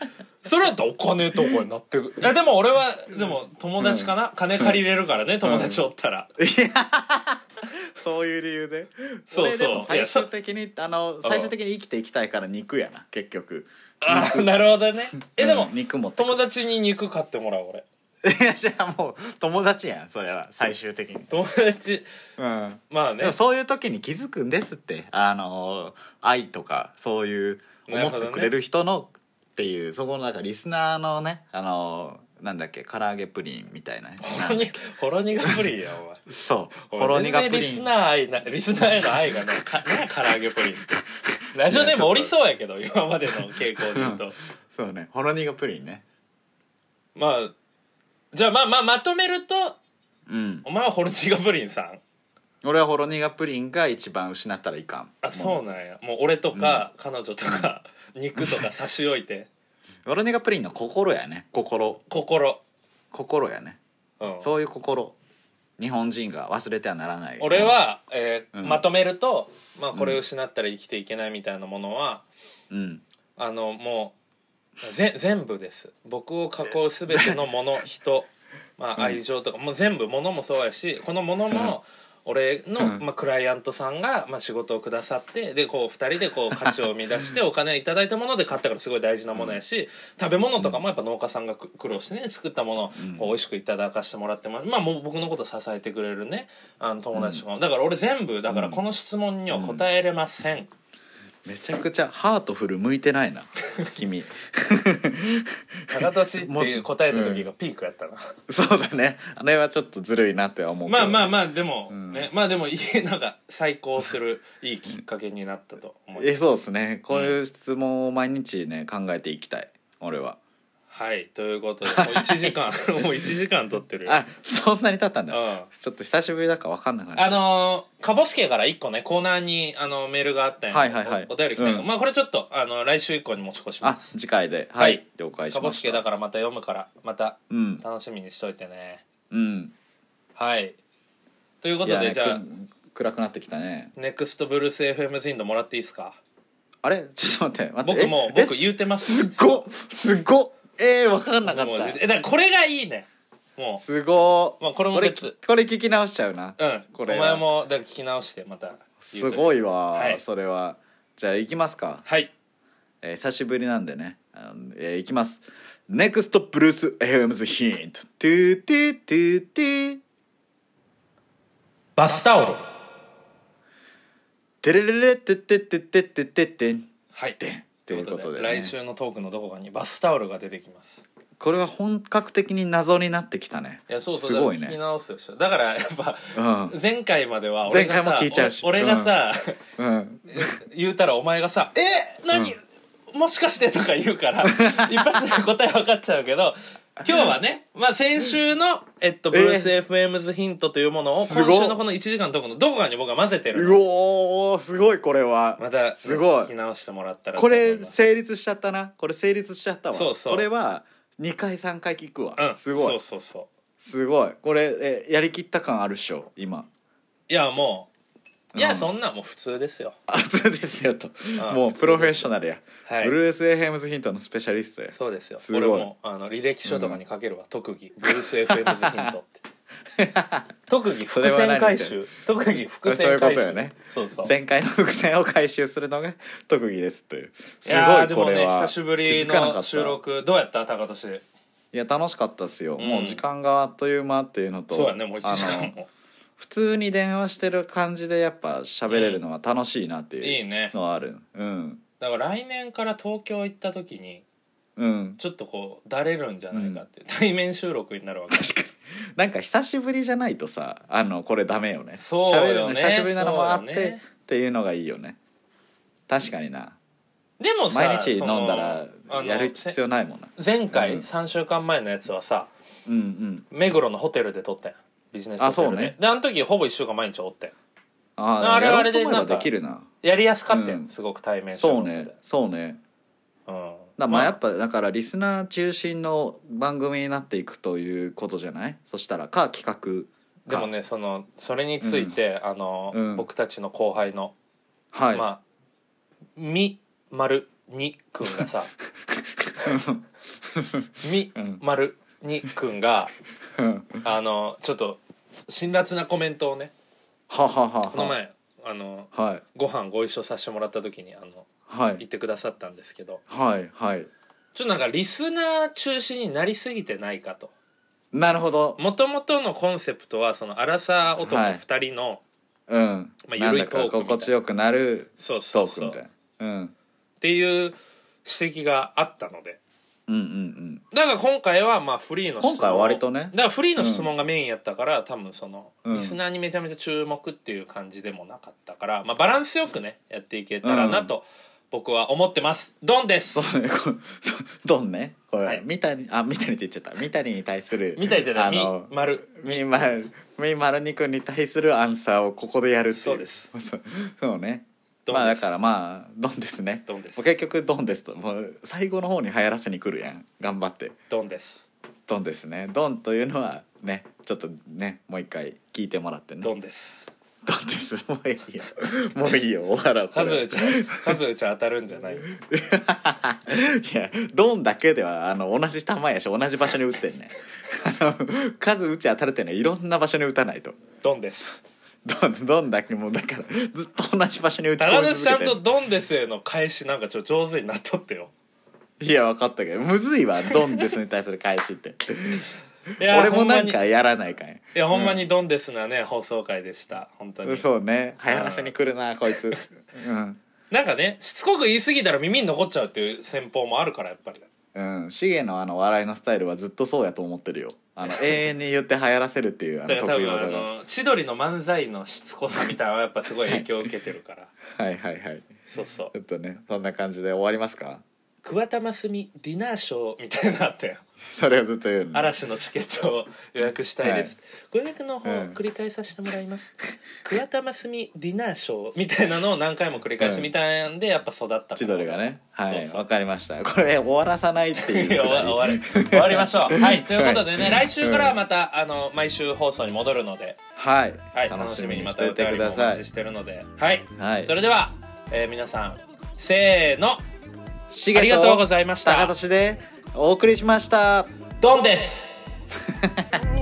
それやったらお金とかになってくる。いやでも俺はでも友達かな、うん、金借りれるからね、友達おったら、 うん、いやそういう理由でそうそう。でも最終的にあの最終的に生きていきたいから肉やな結局。 ああなるほどね。えでも、うん、肉も友達に肉買ってもらう俺。 いやじゃあもう友達やんそれは最終的に友達、うん、まあね。 でもそういう時に気づくんですってあの愛とかそういう思ってくれる人のっていう、そこのなんかリスナーのねあのなんだっけ唐揚げプリンみたいなほろにほろ苦プリンやお前そうほろ苦プリンリスナー愛なリスナーへの愛がねかね唐揚げプリンってラジオネームおりそうやけど今までの傾向で言うと、うん、 そうねほろ苦プリンね。 まあじゃあまあまあまとめると、うん、お前はほろ苦プリンさん。 俺はほろ苦プリンが一番失ったらいかん。 あそうなんや。もう俺とか、うん、彼女とか肉とか差し置いてほろ苦プリンの心やね。心心心やね、うん、そういう心日本人が忘れてはならない。 俺は、えーうん、まとめると、まあ、これを失ったら生きていけないみたいなものは、うん、あのもうぜ全部です。僕を囲う全てのもの人、まあ、愛情とか、うん、もう全部ものもそうやしこのものも俺の、うんまあ、クライアントさんが、まあ、仕事をくださってでこうふたりでこう価値を生み出してお金をいただいたもので買ったからすごい大事なものやし、食べ物とかもやっぱ農家さんが苦労してね作ったものをこう美味しくいただかしてもらっても、まあ、もう僕のこと支えてくれるねあの友達とかもだから俺全部だからこの質問には答えれません。 めちゃくちゃハートフル向いてないな君高年っていう答えた時がピークやったな、うん、 そうだねあれはちょっとずるいなって思う。 まあまあまあでも、うん、ねまあでもなんか再考するいいきっかけになったと思います。 えそうですねこういう質問を毎日ね考えていきたい俺は。 はいということでもういちじかんもういちじかん撮ってるよ。 あそんなに経ったんだ、うん、ちょっと久しぶりだから分かんなくなっちゃう。 あのー、かぼすけからいっこねコーナーにあのメールがあったんや、はいはいはい、お, お便り来たんや、うん、まあこれちょっとあの来週以降に持ち越します。 あ次回で、はい、はい、了解しました。かぼすけだからまた読むからまた楽しみにしといてね。うんはいということでじゃあ暗くなってきたね。 ネクストブルース エフエム ヒントもらっていいですか。 あれちょっと待って待って僕も僕言うてます。 すっごすっごえー、分かんなかった。 えだからこれがいいねもうすごー、まあ、これも別これ聞き直しちゃうな。 うんこれお前もだから聞き直してまたすごいわ、はい、それは。じゃあ行きますか。 はい、 えー、久しぶりなんでねあの、えー、行きます。ネクストブルース エフエム ヒントトゥトゥトゥトゥバスタオルテレレレテテテテテテテはいということで、ね、来週のトークのどこかにバスタオルが出てきます。 これは本格的に謎になってきたね。 いやそうそうすごいね。 聞き直すでしょ。だからやっぱ、うん、前回までは俺がさ前回も聞いちゃうし俺がさ、うんうん、言うたらお前がさ「え何、うん、もしかして?」とか言うから一発で答え分かっちゃうけど今日はね、まあ、先週の、えっと、ブルース エフエム ヒントというものを今週のこのいちじかんのところのどこかに僕は混ぜてる。 うおーすごいこれはまたすごい聞き直してもらったらこれ成立しちゃったな。これ成立しちゃったわ。そうそうこれはにかいさんかい聞くわ、うん、すごいそうそうそうすごいこれえやりきった感あるっしょ今。 いやもういや、うん、そんなんもう普通ですよ。 普通ですよと、うん、もうプロフェッショナルや、はい、ブルース エフエム ヒントのスペシャリストや。 そうですよ。す俺もあの履歴書とかに書けるわ、うん、特技ブルース エフエム ヒントって特技伏線回収特技伏線回収。そういうことよね。そうそう前回の伏線を回収するのが特技ですという。 すごい。いやでもね久しぶりの収録どうやった高俊。 いや楽しかったっすよ、うん、もう時間があっという間っていうのとそうやねもういちじかんも普通に電話してる感じでやっぱ喋れるのは楽しいなっていうのはある、 うん、いいね、うん、だから来年から東京行った時にうん、ちょっとこうだれるんじゃないかって、うん、対面収録になるわけ。 確かになんか久しぶりじゃないとさあのこれダメよね。 そうよね。 久しぶりなのもあって、ね、っていうのがいいよね。確かにな。 でもさ毎日飲んだらやる必要ないもんな。 前回、うん、さんしゅうかんまえのやつはさ、うんうん、目黒のホテルで撮ったやんビジネスホテルで。あそうね。であの時ほぼいっしゅうかん毎日おってん。 ああれあれでなんかやりやすかったやん、うん、すごく対面そうねそうね。うんだまあやっぱだからリスナー中心の番組になっていくということじゃない。そしたらか企画でもねそのそれについて、うん、あの、うん、僕たちの後輩の、はい、まあみ丸にくんがさみまるにくんが、うん、あのちょっと辛辣なコメントをね、 ははははこの前あの、はい、ご飯ご一緒させてもらった時にあの、はい、言ってくださったんですけど、 はいはい、 ちょっとなんかリスナー中心になりすぎてないかと。 なるほど。 もともとのコンセプトはそのアラサー男ふたりの、はい、うん、まあ、ゆるいトークみたいな、 心地よくなるトークみたいな、 そうそうそう、うん、っていう指摘があったので、 うんうんうん、 だから今回はまあフリーの質問、 今回は割とね、 だからフリーの質問がメインやったから、うん、多分そのリスナーにめちゃめちゃ注目っていう感じでもなかったから、まあ、バランスよくねやっていけたらなと僕は思ってます。ドンです。 そうね、ドンね、これ、はい、三谷あ三谷って言っちゃった。三谷に対する三谷じゃない、あのみまるみまるみまるにくんに対するアンサーをここでやるっていう。 そうです。 そうね。まあだからまあドンですね。 ドンです。 結局ドンですと、もう最後の方に流行らせに来るやん、頑張って。 ドンです。 ドンですね。ドンというのはね、ちょっとねもう一回聞いてもらってね。 ドンです。 ドンです。もういいよ。もういいよ。終わらん。 数打ち数打ち当たるんじゃない。いやドンだけではあの同じ球やし同じ場所に打ってんね。あの数打ち当たるっていうのはいろんな場所に打たないと。 ドンです。 ドンどんだけもうだからずっと同じ場所に打ち込み続けて、 高田ちゃんとドンですへの返しなんかちょっと上手になっとってよ。 いや分かったけどむずいわ、ドンですに対する返しって俺もなんかやらないかん。いやほんまにドンですなね、うん、放送回でした本当に。 そうね、流行らせに来るなこいつ、うん、 なんかねしつこく言い過ぎたら耳に残っちゃうっていう戦法もあるからやっぱり。 うん、シゲのあの笑いのスタイルはずっとそうやと思ってるよ。あの永遠に言って流行らせるっていうあの得意技が。だから多分あの千鳥の漫才のしつこさみたいなのはやっぱすごい影響を受けてるからはいはいはい、 そうそう、 ちょっとねそんな感じで終わりますか。 桑田真澄ディナーショーみたいなのあったよ。 それをずっと言うの。 嵐のチケットを予約したいです、はい、ご予約の方、うん、繰り返させてもらいます。桑田真澄ディナーショーみたいなのを何回も繰り返すみたいなんで、うん、やっぱ育った千鳥がね、はいわかりました。これ終わらさないっていう終わり終わりましょうはいということでね、はい、来週からはまたあの毎週放送に戻るので、 はい、 はい、楽しみにまたお便りもお待ちしてるので、はい、はい、それでは、えー、皆さんせーのありがとうございました。 高俊でお送りしました。 ドンです